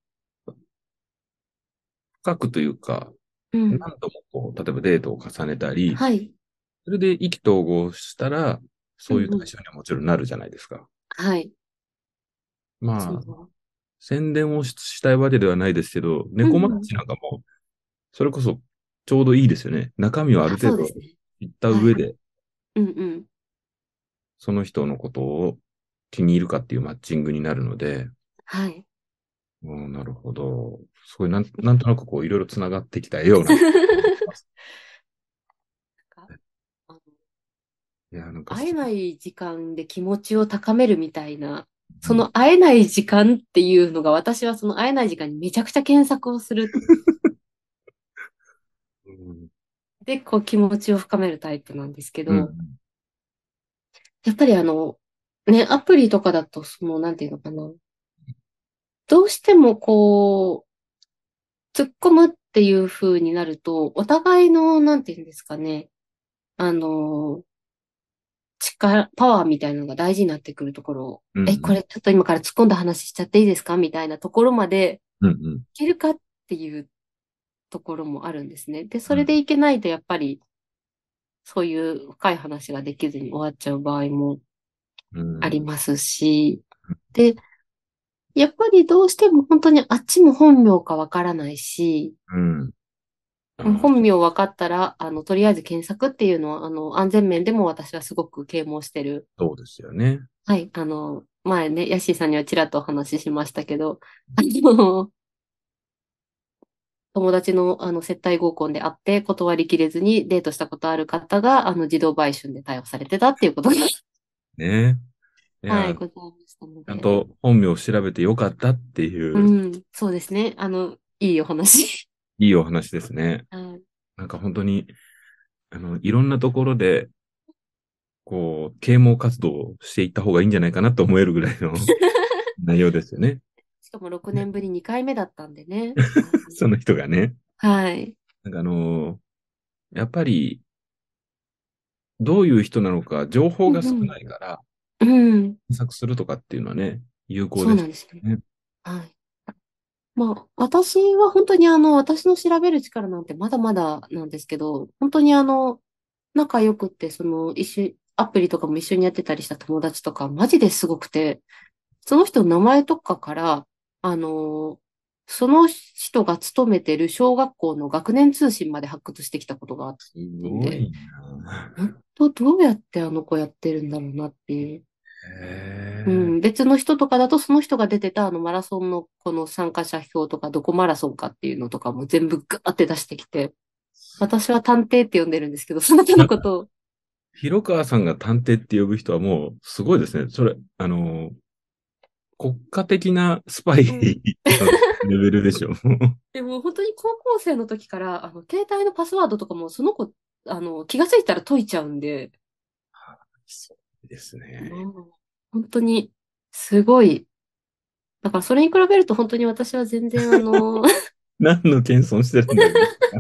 深くというか、 うん。 何度もこう、例えばデートを重ねたり、 はい。 それで意気投合したら、そういううんうん。 対象にはもちろんなるじゃないですか。 はい。そまあ、 の、 宣伝をしたいわけではないですけど、 うんうん。 猫マッチなんかも、それこそちょうどいいですよね。中身をあるあ、そ程度うですね。 知ったはい。 上で、 うんうん。 その人のことを気に入るかっていうマッチングになるので、 はい。 なるほど。すごいなんとなくこういろいろつながってきたような。 なんかあのいや、なんか会えない時間で気持ちを高めるみたいな、 うん。 その会えない時間っていうのが、私はその会えない時間にめちゃくちゃ検索をする。 うん。 で、こう気持ちを深めるタイプなんですけど、 うん。 やっぱりね、アプリとかだと、なんていうのかな。どうしてもこう、突っ込むっていう風になると、お互いの、なんていうんですかね、あの、パワーみたいなのが大事になってくるところ、 うん。 これちょっと今から突っ込んだ話しちゃっていいですかみたいなところまでうん。うん。 いけるかっていうところもあるんですね。で、それうん。 でいけないと、やっぱり、そういう深い話ができずに終わっちゃう場合もうん。 ありますし、で、やっぱりどうしても本当にあっちも本名かわからないし、 うん。 本名分かったら、とりあえず検索っていうのは、安全面でも私はすごく啓蒙してる。 そうですよね。 はい、前ね、ヤッシーさんにはちらっとお話ししましたけど、の、友達の、接待合コンで会って断りきれずにデートしたことある方が、児童売春で逮捕されてたっていうことが、 ね。いはい、 や、ちございましたのゃんで。 と本名を調べてよかったっていう、 うん、そうですね。いいお話。 いいお話ですね。 はい。 なんか本当に、いろんなところで、こう、啓蒙活動をしていった方がいいんじゃないかなと思えるぐらいの内容ですよね。 しかも6年ぶり2回目だったんでね。 その人がね。 はい。 なんかやっぱり、どういう人なのか、情報が少うんうん。 ないから、 うん。 検索するとかっていうのはね、有効そうですなんですよね。 ね。 はい。まあ、私は本当に私の調べる力なんてまだまだなんですけど、本当に仲良くって、アプリとかも一緒にやってたりした友達とか、マジですごくて、その人の名前とかから、あの、その人が勤めてる小学校の学年通信まで発掘してきたことがあっすたんで、 ごいな。 本当どうやってあの子やってるんだろうなっていう。うへえ。 ん、別の人とかだと、その人が出てたあのマラソンのこの参加者表とか、どこマラソンかっていうのとかも全部ガーって出してきて、私は探偵って呼んでるんですけど、その人のことを、 広川さんが探偵って呼ぶ人はもうすごいですね。それ、国家的なスパイうん。 のレベルでしょ。 でも本当に高校生の時から、携帯のパスワードとかもその子、気がついたら解いちゃうんで、 そうですね。 うん、本当にすごい。だからそれに比べると本当に私は全然何の謙遜してるんだよ。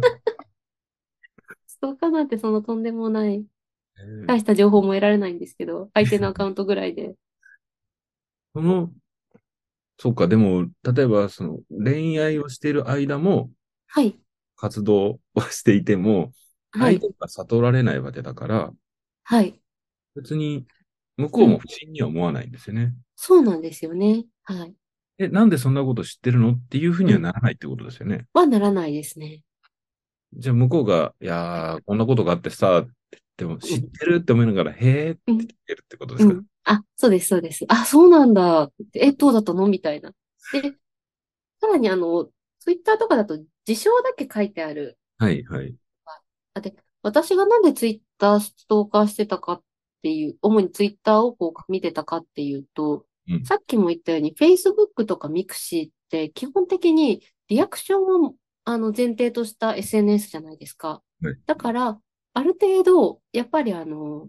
ストーカーなんてそのとんでもない、 えー大した情報も得られないんですけど、相手のアカウントぐらいで。 その、そうか、でも、例えば、恋愛をしている間も、 はい、 活動をしていても、 はい、 相手が悟られないわけだから、 はい。 別に向こうん。 うも不審には思わないんですよね。 そうなんですよね。はい。 なんでそんなこと知ってるのっていうふうにはうん。 ならないってことですよね。 はならないですね。 じゃあ向こうが、いはい。 やー、こんなことがあってさ、って言っても、 うん。 知ってるって思いながら、へーってうん。 言ってるってことですか？ うん。あ、そうです、そうです。あ、そうなんだって。どうだったのみたいな。で、さらにツイッターとかだと事象だけ書いてある。 はい、はい。 で、私がなんでツイッターストーカーしてたかっていう、主にツイッターをこう見てたかっていうと、 うん。 さっきも言ったように Facebook とか Mixi って基本的にリアクションを前提とした SNS じゃないですか。 はい。 だから、ある程度、やっぱり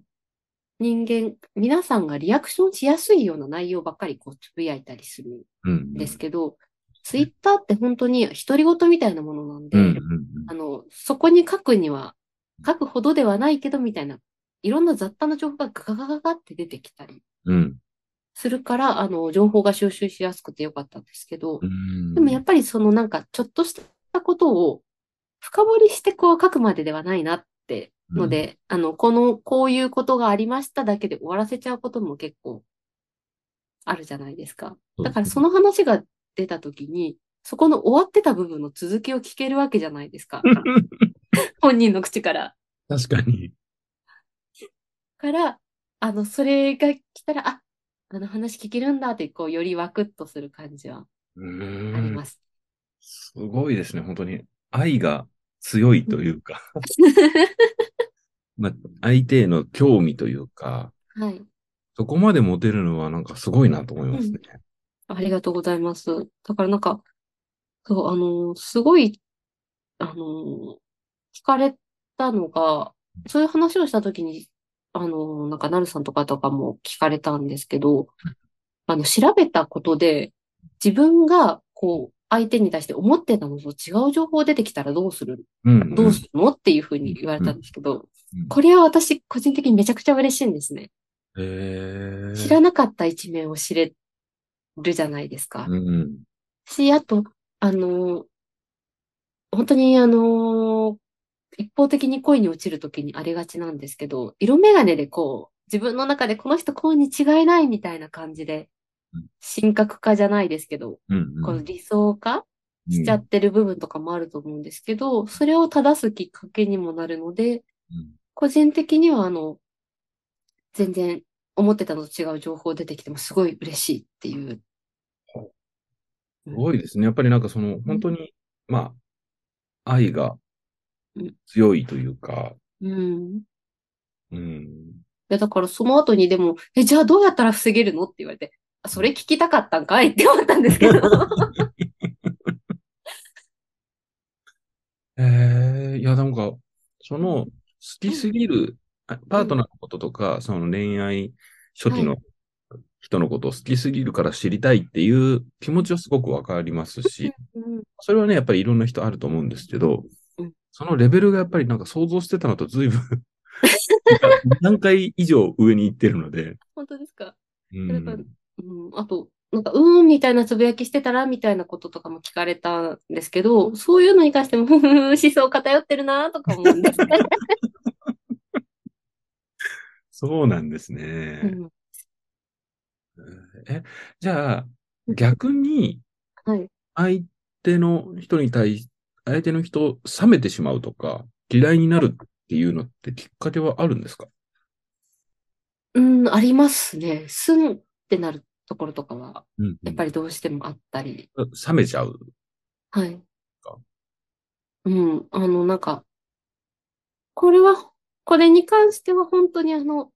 皆さんがリアクションしやすいような内容ばっかりこうつぶやいたりするうん、うんですん。 けど、ツイッターって本当に独り言みたいなものなんうん、うで、 ん、 そこに書くには、書くほどではないけどみたいな、いろんな雑多な情報がガガガガガって出てきたりうん。 するから、情報が収集しやすくてよかったんですけど、 うん。 でもやっぱりそのなんか、ちょっとしたことを深掘りしてこう書くまでではないなってうん。 ので、こういうことがありましただけで終わらせちゃうことも結構あるじゃないですか。 そうですね。 だからその話が出たときに、そこの終わってた部分の続きを聞けるわけじゃないですか。本人の口から。 確かに。 から、それが来たら、あ、あの話聞けるんだって、こう、よりワクッとする感じはうーん。 あります。 すごいですね、本当に。愛が強いうん。 というか、まあ、相手への興味というか、 はい。 そこまで持てるのはなんかすごいなと思いますね。 うん。ありがとうございます。だからなんか、そう、すごい、聞かれたのが、そういう話をしたときに、なんか、なるさんとかも聞かれたんですけど、調べたことで、自分が、こう、相手に対して思ってたのと違う情報出てきたらうんうん。 どうするのっていうふううんに言われたんうんですけど、 うん。 これは私、個人的にめちゃくちゃ嬉しいんですね。 へえ。 知らなかった一面を知れるじゃないですか。 うん。 あと、あの、本当に一方的に恋に落ちるときにありがちなんですけど、色眼鏡でこう、自分の中でこの人こうに違いないみたいな感じで、神格化じゃないですけど、 うんうん。 この理想化うん。 しちゃってる部分とかもあると思うんですけど、それを正すきっかけにもなるので、 うん。 個人的には全然思ってたのと違う情報出てきてもすごい嬉しいっていう。 すうん。 ごいですね。やっぱりなんかうん。 本当に、まあ、愛がうん。 強いというか、 うん。 うん。 だからその後にでも、じゃあどうやったら防げるのって言われて、あ、それ聞きたかったんかいって思ったんですけど。 いや、なんか、好きすうん。 ぎる、パうん。 ートナーのこととか、その恋愛初期のはい。 人のことを好きすぎるから知りたいっていう気持うん。 ちはすごくわかりますし、 うん。 それはね、やっぱりいろんな人あると思うんですけど、 うん。 そのレベルがやっぱりなんか想像してたのと随分何回以上上に行ってるので、 本当ですか？ うだから、 ん。 あと、なんか、みたいなつぶやきしてたらみたいなこととかも聞かれたんですけど、そういうのに関しても、思想偏ってるなとか思うんです。 そうなんですね。 うん。 え、じゃあ、逆にはい。 相手の人に対し、相手の人を冷めてしまうとか、嫌いになるっていうのってきっかけはあるんですか？ うん、ありますね。すんってなるところとかは、 うんうん。 やっぱりどうしてもあったり。 冷めちゃうはい。 か。 うん、なんか、これは、これに関しては本当に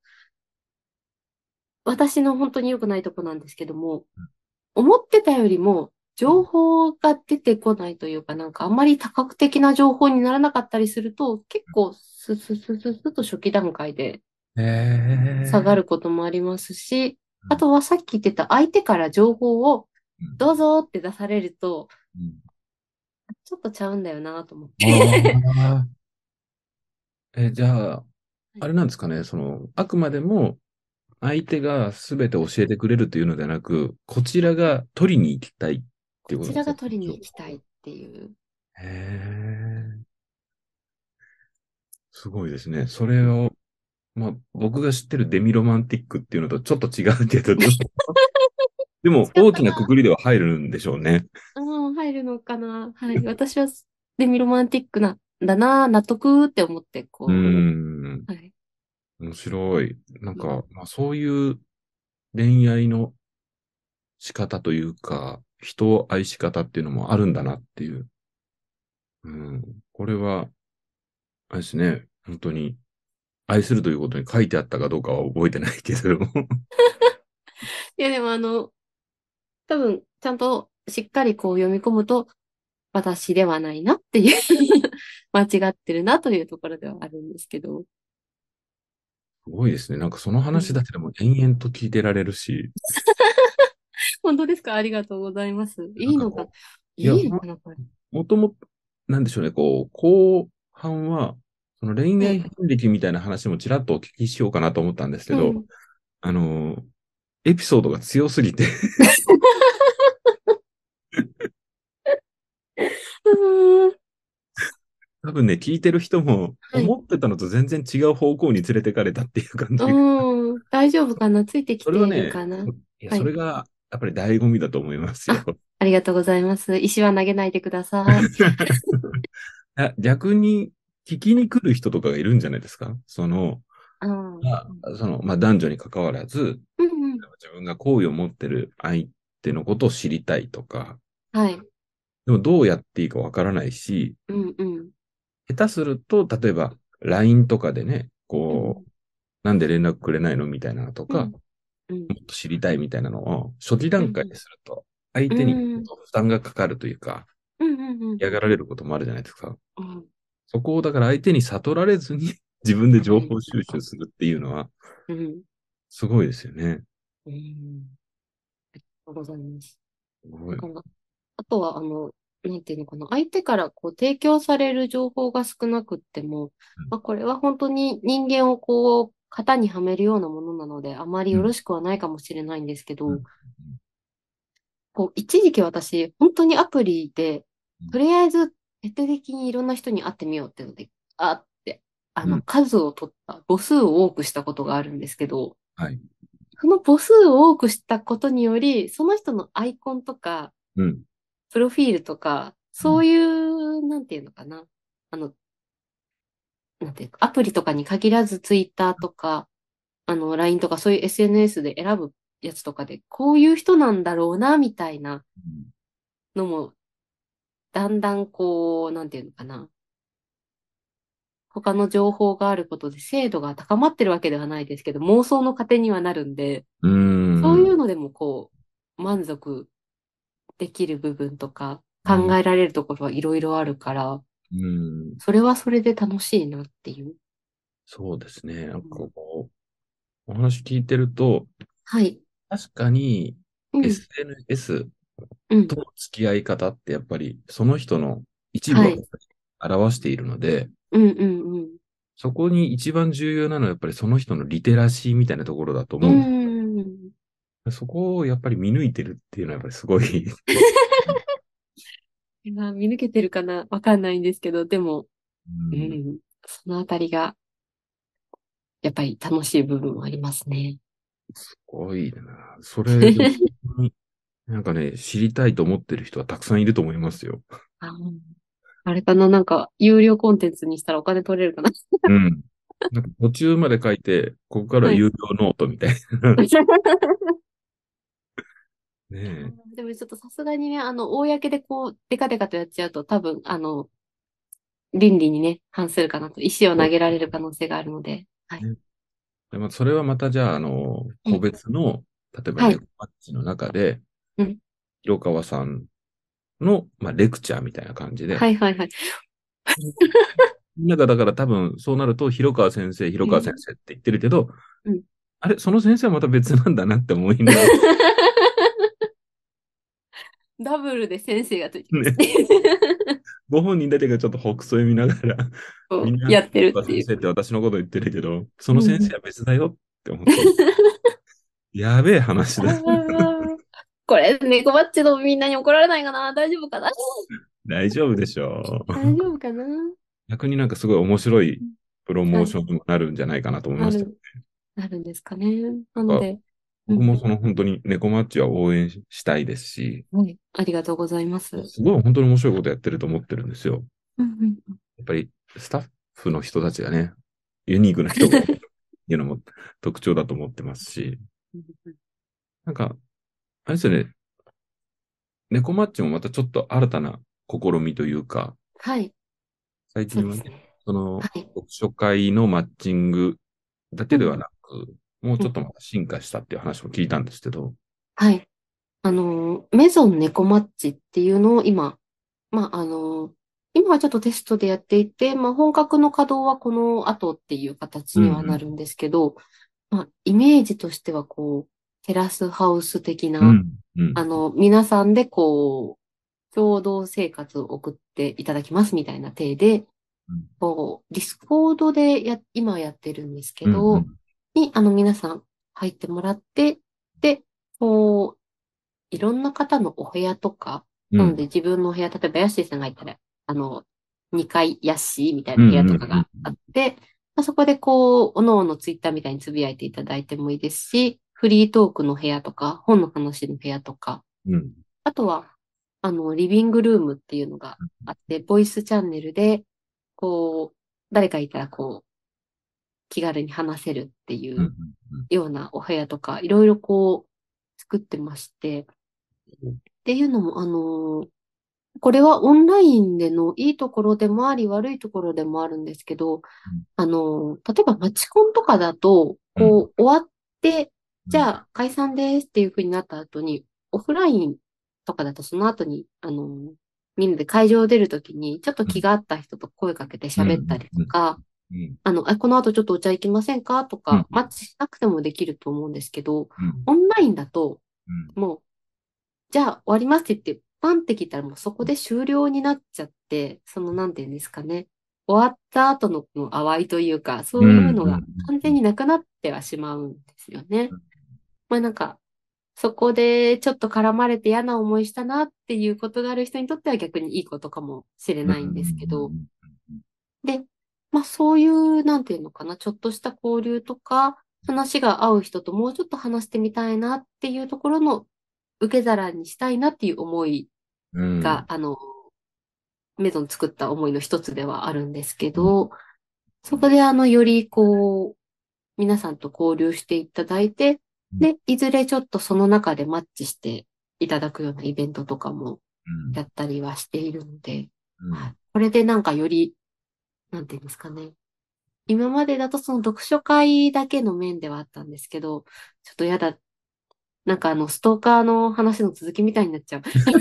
私の本当に良くないとこなんですけども、思ってたよりも、情報が出てこないというか、なんかあんまり多角的な情報にならなかったりすると、結構スススススと初期段階でへ下がえ。 ることもありますし、 うんあとはさっき言ってた相手から情報をうんどうぞって出されると、 うんちょっとちゃうんだよなと思って。 ああ。じゃあ、 はい。 あれなんですかね、あくまでも相手が全て教えてくれるというのではなく、こちらが取りに行きたいってこちらいうことなんですか、 が取りに情報を。 行きたいっていう。 へえ、すごいですね。それうん。 をまあ、僕が知ってるデミロマンティックっていうのとちょっと違うけど、でも違っ大きなくたな。 くりでは入るんでしょうね。 うん、入るのかな。はい。私はデミロマンティックだな、納得って思って、 うーこん、 う、はい。 面白い。なんうん、 か、まあそういう恋愛の仕方というか、人を愛し方っていうのもあるんだなっていう。うん、これは、あれですね、本当に愛するということに書いてあったかどうかは覚えてないけれども。 いや、でも多分、ちゃんとしっかりこう読み込むと、私ではないなっていう間違ってるなというところではあるんですけど。 すごいですね。なんかそのうん。 話だけでも延々と聞いてられるし、 本当ですか？ありがとうございます。いいのか、 なんかこう、いや、 いいのかな、これ。 もともと、なんでしょうね、こう、後半は、その恋はい。 愛遍歴みたいな話もちらっとお聞きしようかなと思ったんですけど、 うん。 あの、エピソードが強すぎて、 うーん。 多分ね、聞いてる人もはい。 思ってたのと全然違う方向に連れてかれたっていう感じが。 うん。大丈夫かな？ついてきそれはているね、 かな？ いや、 はい。 それがやっぱり醍醐味だと思いますよ。 あ、ありがとうございます。石は投げないでください。 逆に聞きに来る人とかがいるんじゃないですか？ うん。 まあ、男女に関わらず、 うんうん。 自分が好意を持ってる相手のことを知りたいとか、 はい。 でもどうやっていいかわからないし、 うんうん。 下手すると、例えば LINE とかでね、こう、 うんなんで連絡くれないのみたいなのとか、 うん。うんもっと知りたいみたいなのを初期段階うんですると、相う手にん。 負担がかかるというか、 うんうんうん。 嫌がられることもあるじゃないですか。 うん。 そこをだから相手に悟られずに自分で情はい。 報収集するっていうのは、 うん。 すごいですよね。 うん。ありがとうございます。 すごい。 だから、あとは、なんていうのかな、相手からこう提供される情報が少なくっても、まあ、これは本当に人間をこう、型にはめるようなものなので、あまりうん。 よろしくはないかもしれないんですけど、 うん。 こう、一時期私、本当にアプリで、 うん。 とりあえず、徹底的にいろんな人に会ってみようっていうので、あって、 うん。 数を取った、母数を多くしたことがあるんですけど、 はい。 その母数を多くしたことにより、その人のアイコンとか、 うん。 プロフィールとか、 うん。 そういう、なんていうのかな。あの、なんていうか、アプリとかに限らず、ツイッターとか、LINE とか、そういう SNS で選ぶやつとかで、こういう人なんだろうな、みたいなのも、だんだんこう、なんていうのかな。他の情報があることで精度が高まってるわけではないですけど、妄想の糧にはなるんで、 うーそういうん。 のでもこう、満足できる部分とか、 うん。 考えられるところはいろいろあるから、 うん。 それはそれで楽しいなっていう。 そうですね。なんかうん、 こう、お話聞いてると、 はい。 確かにうん、 SNS うん、 との付き合い方ってやっぱりその人の一部をはい。 表しているので、 うん、うん、 そこに一番重要なのはやっぱりその人のリテラシーみたいなところだとう思うんです。 ん。うん。 そこをやっぱり見抜いてるっていうのはやっぱりすごい。 いや見抜けてるかなわかんないんですけど、でも、 うん、 うん、そのあたりが、やっぱり楽しい部分はありますね。 すごいな。それでも、本当になんかね、知りたいと思ってる人はたくさんいると思いますよ。 あ、あれかななんか、有料コンテンツにしたらお金取れるかな？ うん。なんか途中まで書いて、ここからはい。 有料ノートみたいな。ねえ。 でもちょっとさすがにね、公でこう、デカデカとやっちゃうと、多分、倫理にね、反するかなと、石を投げられる可能性があるので、はい。 ね。でまあ、それはまたじゃあ、個うん。 別の、例えばはい。 猫マッチの中で、 うん。 広川さんの、まあ、レクチャーみたいな感じで、 はいはいはい。 みんながだから多分そうなると、広川先うん。 生って言ってるけど、 うん。 あれ、その先生はまた別なんだなって思いながら、 ダブルで先生がついてますね、 ね。 ご本人だけがちょっとほくそ笑みながら、みんな、 こうやってる広川っていう。 先生って私のこと言ってるけど、そうん。 の先生は別だよって思ってる。やべえ話あだ。 ーこれ、猫バッチのみんなに怒られないかな？大丈夫かな？ 大丈夫でしょう。 大丈夫かな？ 逆になんかすごい面白いプロはい。 モーションにもなるんじゃないかなと思いました。 なる、なるんですかね。ななんかので、うん、 僕もその本当に猫マッチは応援したいですし、 はい。ありがとうございます。 すごい本当に面白いことやってると思ってるんですよ。 うんうんやっぱりスタッフの人たちがね、ユニークな人が多いっていうのも特徴だと思ってますし、 うん。 なんか、あれですよね、猫マッチもまたちょっと新たな試みというか、 はい。 最近はね、 そうですね。 そのはい。 読書会のマッチングだうん、 けではなく、もううん。 ちょっとまた進化したっていう話を聞いたんですけど、 はい。メゾン猫マッチっていうのを今、まあ、今はちょっとテストでやっていて、まあ、本格の稼働はこの後っていう形にはなうんるんですけど、まあ、イメージとしては、こう、テラスハウス的うん、 な、 うん、うん、 皆さんでこう、共同生活を送っていただきますみたいな体で、こう、ディスコードで今やってるんですけうん、うど、 ん、 に、皆さん入ってもらって、で、こう、いろんな方のお部屋とか、 うん、 なので自分のお部屋、例えばヤッシーさんがいたら、2階ヤッシーみたいうん、 な部屋うん、 とかがあって、まあ、そこでこう、おのおのツイッターみたいにつぶやいていただいてもいいですし、フリートークの部屋とか、本の話の部屋とか、 うん、 あとは、リビングルームっていうのがあって、ボイスチャンネルで、こう、誰かいたらこう、気軽に話せるっていうん、 うようなお部屋とか、いろいろこう、作ってまして、っていうのも、これはオンラインでのいいところでもあり、悪いところでもあるんですけど、例えばマチコンとかだと、 うん、 こう、終わって、 うん、 じゃあ解散ですっていう風になった後に、オフラインとかだとその後に、みんなで会場を出るときに、ちょっとうん、 気があった人と声かけてうん、 喋ったりとか、 うん、 この後ちょっとお茶行きませんかとうん、 か、マッチしなくてもできると思うんですけど、 うん、 オンラインだと、 うん、 もうじゃあ終わりますって言って、パンって聞いたらもうそこで終了になっちゃって、なんていうんですかね。終わった後のこの淡いというか、 うん、 そういうのがうん、 完全になくなってはしまうんですよね。まあなんか、そこでちょっと絡まれて嫌な思いしたなっていうことがある人にとっては逆にいいことかもしれうん、うないんですけど、 ん、 で、まあそういう、なんていうのかな、ちょっとした交流とか、話が合う人ともうちょっと話してみたいなっていうところの受け皿にしたいなっていう思いうん、 が、メゾン作った思いの一つではあるんですけど、そこでよりこう、皆さんと交流していただいて、で、いずれちょっとその中でマッチしていただくようなイベントとかもやったりはしているので、はい。これでなんかより、なんていうんですかね。今までだとその読書会だけの面ではあったんですけど、ちょっとやだ。なんかストーカーの話の続きみたいになっちゃう。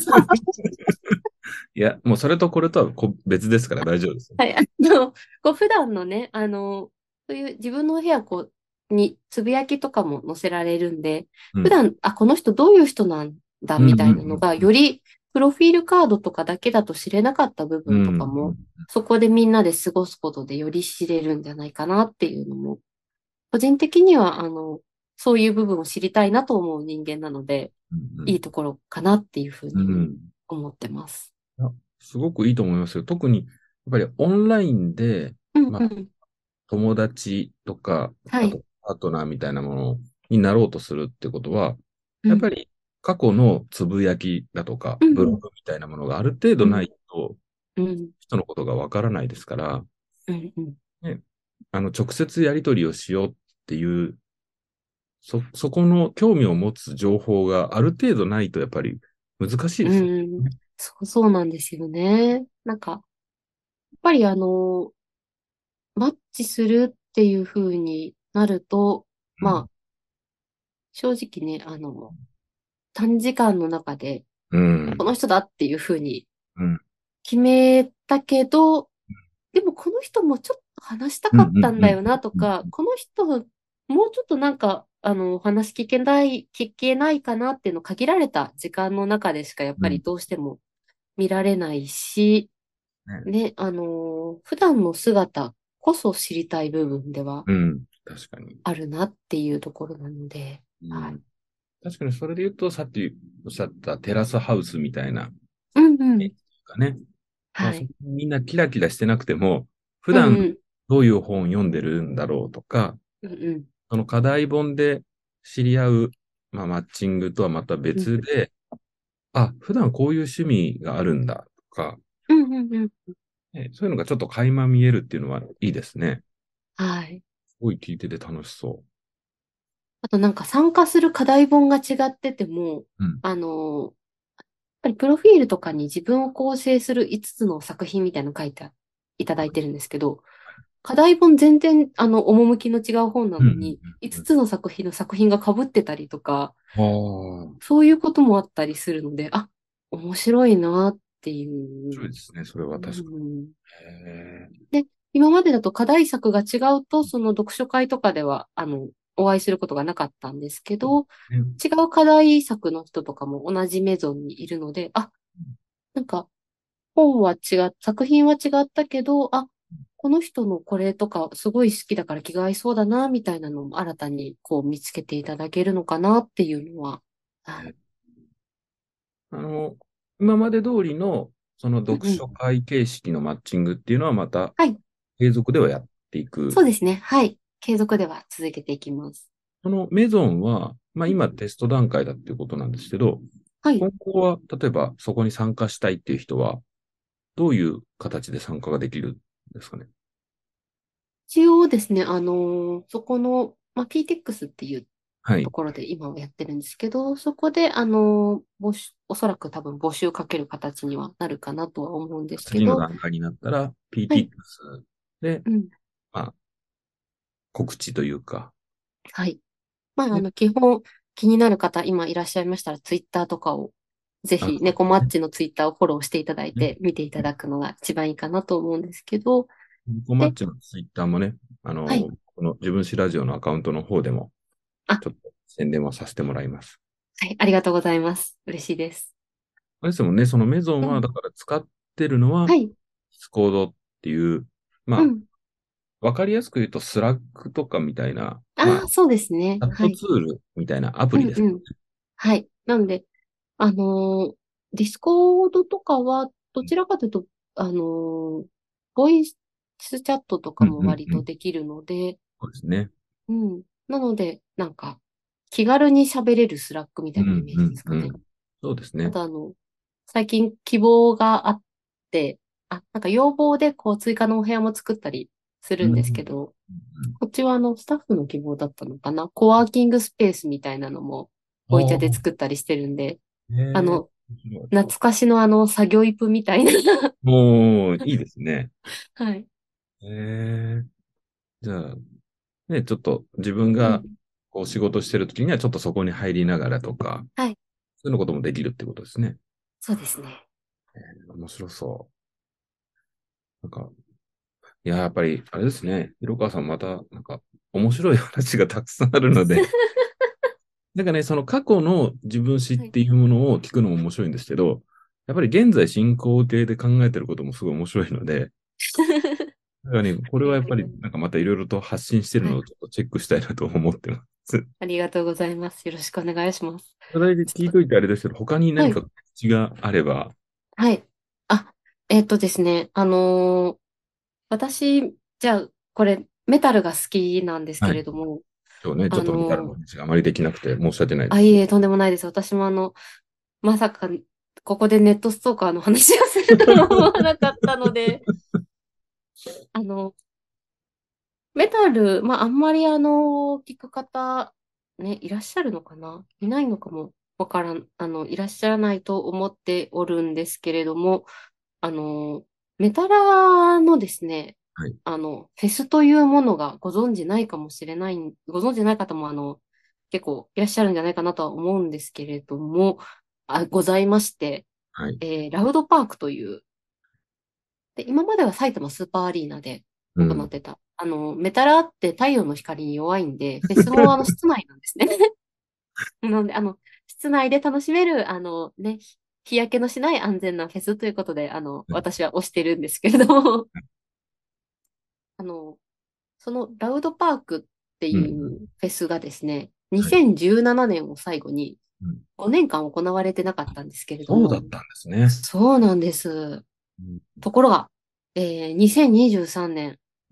いや、もうそれとこれとは別ですから大丈夫ですよ。 はい、こう普段のね、そういう自分の部屋につぶやきとかも載せられるんで、 うん。 普段、あ、この人どういう人なんだうん、うん、 みたいなのが、よりプロフィールカードとかだけだと知れなかった部うん、 分とうん、 かも、そこでみんなで過ごすことでより知れるんじゃないかなっていうのも、個人的には、そういう部分を知りたいなと思う人間なので、 うん、 いいところかなっていうふうにうん。 思ってます。 いやすごくいいと思いますよ。特に、やっぱりオンラインで、まあ、 うんうん。 友達とか、 はい。 あとパートナーみたいなものになろうとするってことは、 うん。 やっぱり過去のつぶやきだとか、ブロうん。 グみたいなものがある程度うん。 ないと、 うん。 人のことがわからないですから、 うん。うん。 ね、直接やり取りをしようっていう、そこの興味を持つ情報がある程度ないと、やっぱり難しいでうすよん、 ね。 そうなんですよね。なんか、やっぱりマッチするっていう風になると、まあ、正直ね、短時間の中で、 うん。 この人だっていう風にうん。 決めたけど、でもこの人もちょっと話したうん。うかったん。うん。 んだよなとか、この人、もうちょっとなんか、お話聞けないかなっていうの限られた時間の中でしかやっうん。 ぱりどうしても見られないし、 ね。 ね、普段の姿こそ知りたい部分ではうん。確かに。 あるなっていうところなので、はい。 うん。確かにそれで言うと、さっきおっしゃったテラスハウスみたいな、 うんうん。 かね。まあ、 はい。 みんなキラキラしてなくても、普段うんうん。 どういう本を読んでるんだろうとか、 うんうんその課題本で知り合う、まあ、マッチングとはまたうん別で、あ、普段こういう趣味があるんだとか、 うんうんうん。 そういうのがちょっと垣間見えるっていうのはいいですね。 はい。 すごい聞いてて楽しそあとなんか参加する課題本が違ってても、 う。うん。 やっぱりプロフィールとかに自分を構成する5つの作品みたいなの書いていただいてるんですけど、課題本全然、趣の違う本なうんうんのに、5 うんつの作品が被ってたりとか、 うん。ああ、面そういうこともあったりするので、あ、面白いなっていう。 白いですね。それはう確かん、 に。へえ。 で、今までだと課題作が違うと、その読書会とかでは、お会いすることがなかったんですけど、 ね、 違う課題作の人とかも同じメゾンにいるので、あ、なんか作品は違ったけど、あ、この人のこれとかすごい好きだから気が合いそうだな、みたいなのも新たにこう見つけていただけるのかなっていうのは、はい。 あの、今まで通りの、その読うんうん。 書会形式のマッチングっていうのはまたはい。 継続ではやっていく。 そうですね。はい。継続では続けていきます。 そのメゾンは、まあうん今テスト段階だっていうことなんですけど、 はい。 今後は例えばそこに参加したいっていう人は、どういう形で参加ができるんですかね。 一応ですね、そこの、まあ、PTX っていうはい。 ところで今はやってるんですけど、そこで、おそらく多分募集かける形にはなるかなとは思うんですけ次のど、 段階になったらはい。 PTX で、 うん。 まあ、告知というか、 はい。まあ、 で、 基本気になる方、今いらっしゃいましたら、ツイッターとかを、ぜあ、 ひ、 そうですね。 猫マッチのツイッターをフォローしていただいて、見ていただくのが一番いいかなと思うんですけど、 コマッで、 チのツイッターもね、 はい。 この自分史ラジオのアカウントの方でも、 あ、 ちょっと宣伝はさせてもらいます。 はい。ありがとうございます。嬉しいです。 あれですもんね、そのメゾンは、 うん。 だから使ってるのは、 はい。 ディスコードっていう、まあ、 うん。 わかりやすく言うと、スラックとかみたいな、まあ、 ああ、そうですね。 チャットはい。 ツールみたいなアプリです。 うんうん。はい。なんで、あのディスコードとかは、どちらかというと、ボイスチャットとかうんも割うんうん。 とできるので、 そうですね。 うん。なので、なんか、気軽に喋れるスラックみたいなイメーうんうジですかね。 んうん。そうですね。 あと最近希望があって、なんか要望でこう追加のお部屋も作ったりするんですうんうんけど、こっちはスタッフの希望だったのかな。コワーキングスペースみたいなのも、ボイチャでああ、 作ったりしてるんで、あへえ、 の、 面白い。 懐かしの作業イプみたいな。 もう、いいですね。 はい。 へえ、じゃあ、ね、ちょっと自分がうん。 こう仕事してるときにはちょっとそこに入りながらとか、 はい。 そういうのこともできるってことですね。 そうですね。 面白そう。なんか、いや、やっぱり、あれですね。広川さんまた、なんか、面白い話がたくさんあるので、なんかね、その過去の自分史っはい。 ていうものを聞くのも面白いんですけど、やっぱり現在進行形で考えてることもすごい面白いので、だからね、こあれはやっぱり、 りがとうございます。 なんかまたいろいろと発信してるはい。 のをちょっとチェックしたいなと思ってます。 ありがとうございます。よろしくお願いします。 それでちょっと、 聞いといてあれですけど、他にはい。 何か告知があれば、 はい。あ、ですね。私、じゃあ、これ、メタルが好きなんですけはい。 れども、 今日ね、ちょあっとメタルのの話があまりできなくて申し訳ないです。 いえ、とんでもないです。私もまさか、ここでネットストーカーの話をするとは思わなかったので、あの、メタル、まあ、あんまり聞く方、ね、いらっしゃるのかないないのかもわからん、いらっしゃらないと思っておるんですけれども、あの、メタラのですね、 はい。 フェスというものがご存知ない方も結構いらっしゃるんじゃないかなとは思うんですけれども、ございまして、 はい。 ラウドパークという、で、今までは埼玉スーパーアリーナでうん。 行ってた。メタラって太陽の光に弱いんで、フェスも室内なんですね。なので、室内で楽しめる、日焼けのしない安全なフェスということで、私は推してるんですけれども、あの、そのラウドパークってうん。ういうん。 フェスがですね、 はい。 2017年を最後にうん。 5年間行われてなかったんですけれども、 そうだったんですね。 そうなんです。 うん。 ところが、2023年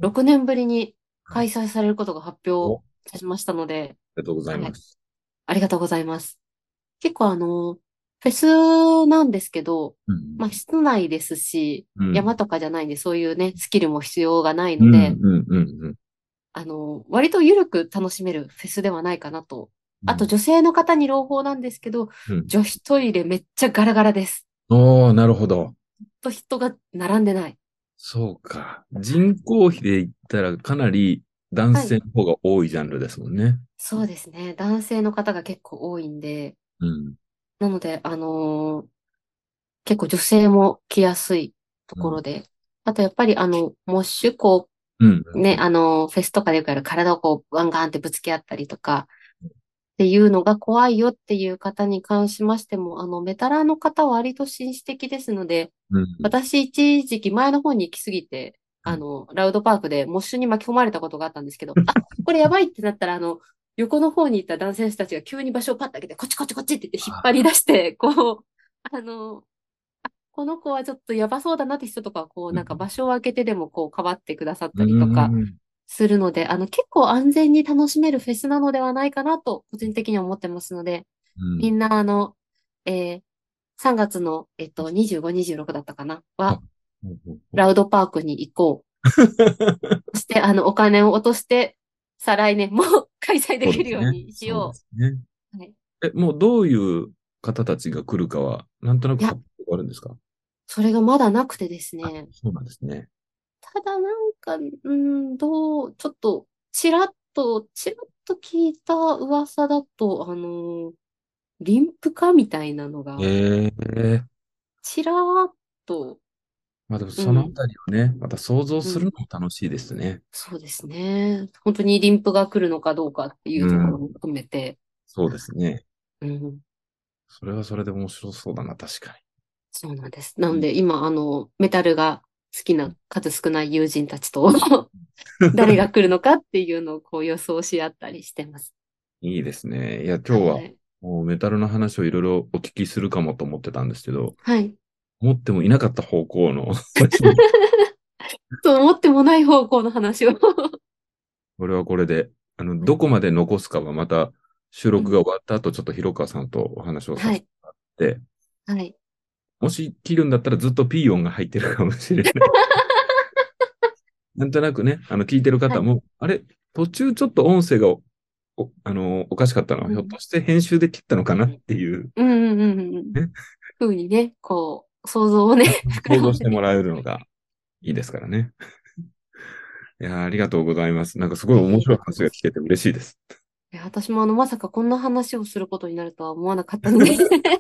6年ぶりにはい。 開催されることが発お、 表あされましたので、 りがとうございはい。 ます。 ありがとうございます。結構フェスなんですけど、 うん。 まあ室内ですし、 うん。 山とかじゃないんで、そういうね、スキルも必要がないうん。 ので、 うん。うん。うん。 割と緩く楽しめるフェスではないかなと。あと女性の方に朗報なんですけど、 うん。 女子トイレめっちゃガラガラです。 おー、なるほど。 と人が並んでない。 そうか。人口比で言ったらかなり男はい。 性の方が多いジャンルですもんね。 そうですね。男性の方が結構多いんで、 うん。 なので、結構女性も来やすいとうん。 ころで、あとやっぱりモッシュ、こうん。 う、ね、 うん。 フェスとかでよくやる体をこう、ガンガンってぶつけ合ったりとか、っていうのが怖いよっていう方に関しましても、ベテランの方は割と紳士的ですので、 うん。 私一時期前の方に行き過ぎて、 うん。 ラウドパークでモッシュに巻き込まれたことがあったんですけど、あ、これやばいってなったら、横の方にいた男性たちが急に場所をパッと開けて、こっちこっちこっちって言って引っ張りあ出して、こう、あの、この子はちょっとやばそうだなって人とかは、こう、なんか場所を開けてでもこう、かばってくださっーうたりとかん。 するので、結構安全に楽しめるフェスなのではないかなと、個人的には思ってますので、 うん。 みんなえー3月の、25、26だったかなあ、 は、 ほうほうほう。 ラウドパークに行こう。そして、お金を落として、再来年も開催できるようそうですね。そうでにしよすね。 う。はい。 もうどういう方たちが来るかは、なんとなくいや、 発表があるんですか？ それがまだなくてですあ、 ね。 そうなんですね。 ただなんか、ちょっと、ちらっと聞いた噂だと、リンプ化みたいなのが、 ええ、 ちらーっと、 まあでもうん、 そのあたりをね、また想像するうん、 のも楽しいですね。 そうですね。本当にリンプが来るのかどうかっていううん。 ところも含めて、 そうですね。 うん、 それはそれで面白そうだな、確かそうなんです。なに。うん。 んで今、メタルが好きな数少ない友人たちと誰が来るのかっていうのをこう予想し合ったりしてます。 いいですね。いや、今日ははい。 もうメタルの話をいろいろお聞きするかもと思ってたんですけど、 はい。 思ってもいなかった方向の話に、 と思ってもない方向の話をこれはこれで、どこまで残すかはまた収うん。 録が終わった後、ちょっと広川さんとお話をさはい。 せてもらって、 はい。 もし切るんだったらずっとピー音が入ってるかもしれない。なんとなくね、聞いてるはい。 方も、あれ、途中ちょっと音声がおかしかったのは、ひょっうん。 として編集で切ったのかなっていう、 うんうんうんうんうん。 ね、 ふうにね、こう、想像をね、膨ら想像してもらませていただえるのがいいですからね。いやー、ありがとうございます。なんかすごいいやいや、あり面白いがとうございます。 話が聞けて嬉しいです。 いや、私もまさかこんな話をすることになるとは思わなかったので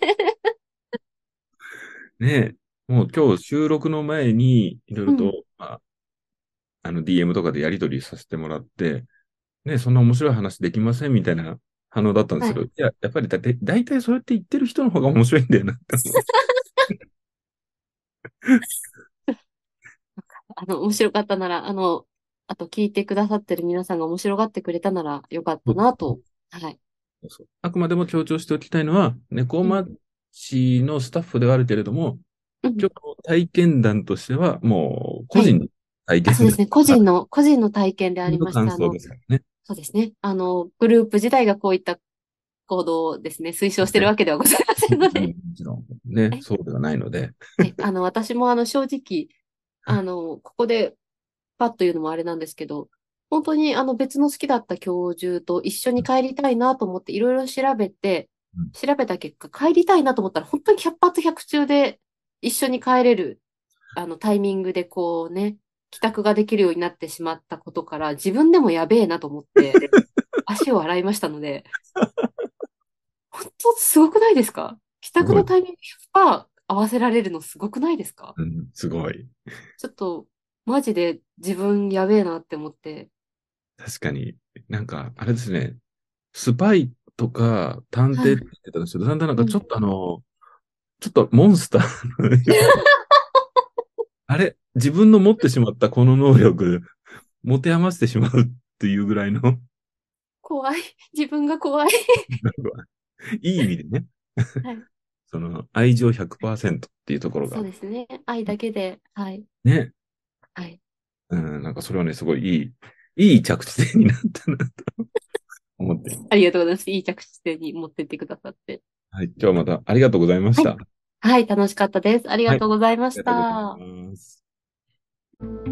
ねえ、もう今日収録の前に、いろいろと、 うん。 DM とかでやり取りさせてもらって、ね、そんな面白い話できませんみたいな反応だったんですけど、 はい。 いや、やっぱり大体そうやって言ってる人の方が面白いんだよなって思う。 面白かったなら、あと聞いてくださってる皆さんが面白がってくれたならよかっそうですね。 たなと。はい。 そう、あくまでも強調しておきたいのは、猫うん。 町のスタッフではあるけれども、 うん。 今日の体験談としては、もう個はい。 人の体あ、そう験談ですね。 から、 個人の体験でありまして、 の感想ですからね。 そうですね。グループ自体がこういった行動をですね、推奨してるね、 わけではございませんのもで。 ちろん、ね、 はい。 そうではないので。 はい。私も正直、ここでパッと言うのもあれなんですけど、本当に別の好きだった教授と一緒に帰りたいなと思っていろいろ調べて、 うん、 調べた結果、帰りたいなと思ったら本当に百発百中で一緒に帰れる、タイミングでこうね、帰宅ができるようになってしまったことから、自分でもやべえなと思って、足を洗いましたので、本当すごくないですか？帰すごい。 宅のタイミング100%合わせられるのすごくないですか？ うん、すごい。 ちょっと、マジで自分やべえなって思って。 確かに、なんか、あれですね、スパイとか探偵って言っはい。 てたんですけど、だんだんなんうん。 かちょっとちょっとモンスターのような、あれ、自分の持ってしまったこの能力、持て余してしまうっていうぐらいの、 怖い。自分が怖い。 なんかいい意味でね、 はい。 その愛情100%っていうところが、 そうですね。愛だけで。はい。 ね、 はい。 うん、なんかそれはね、すごいいい着地点になったなと思って。 ありがとうございます。いい着地点に持ってってくださって。 はい。今日はまたありがとうございましはい。 た。 はい、楽しかったです。ありはい。あがとうございましりがとうございた。 ます。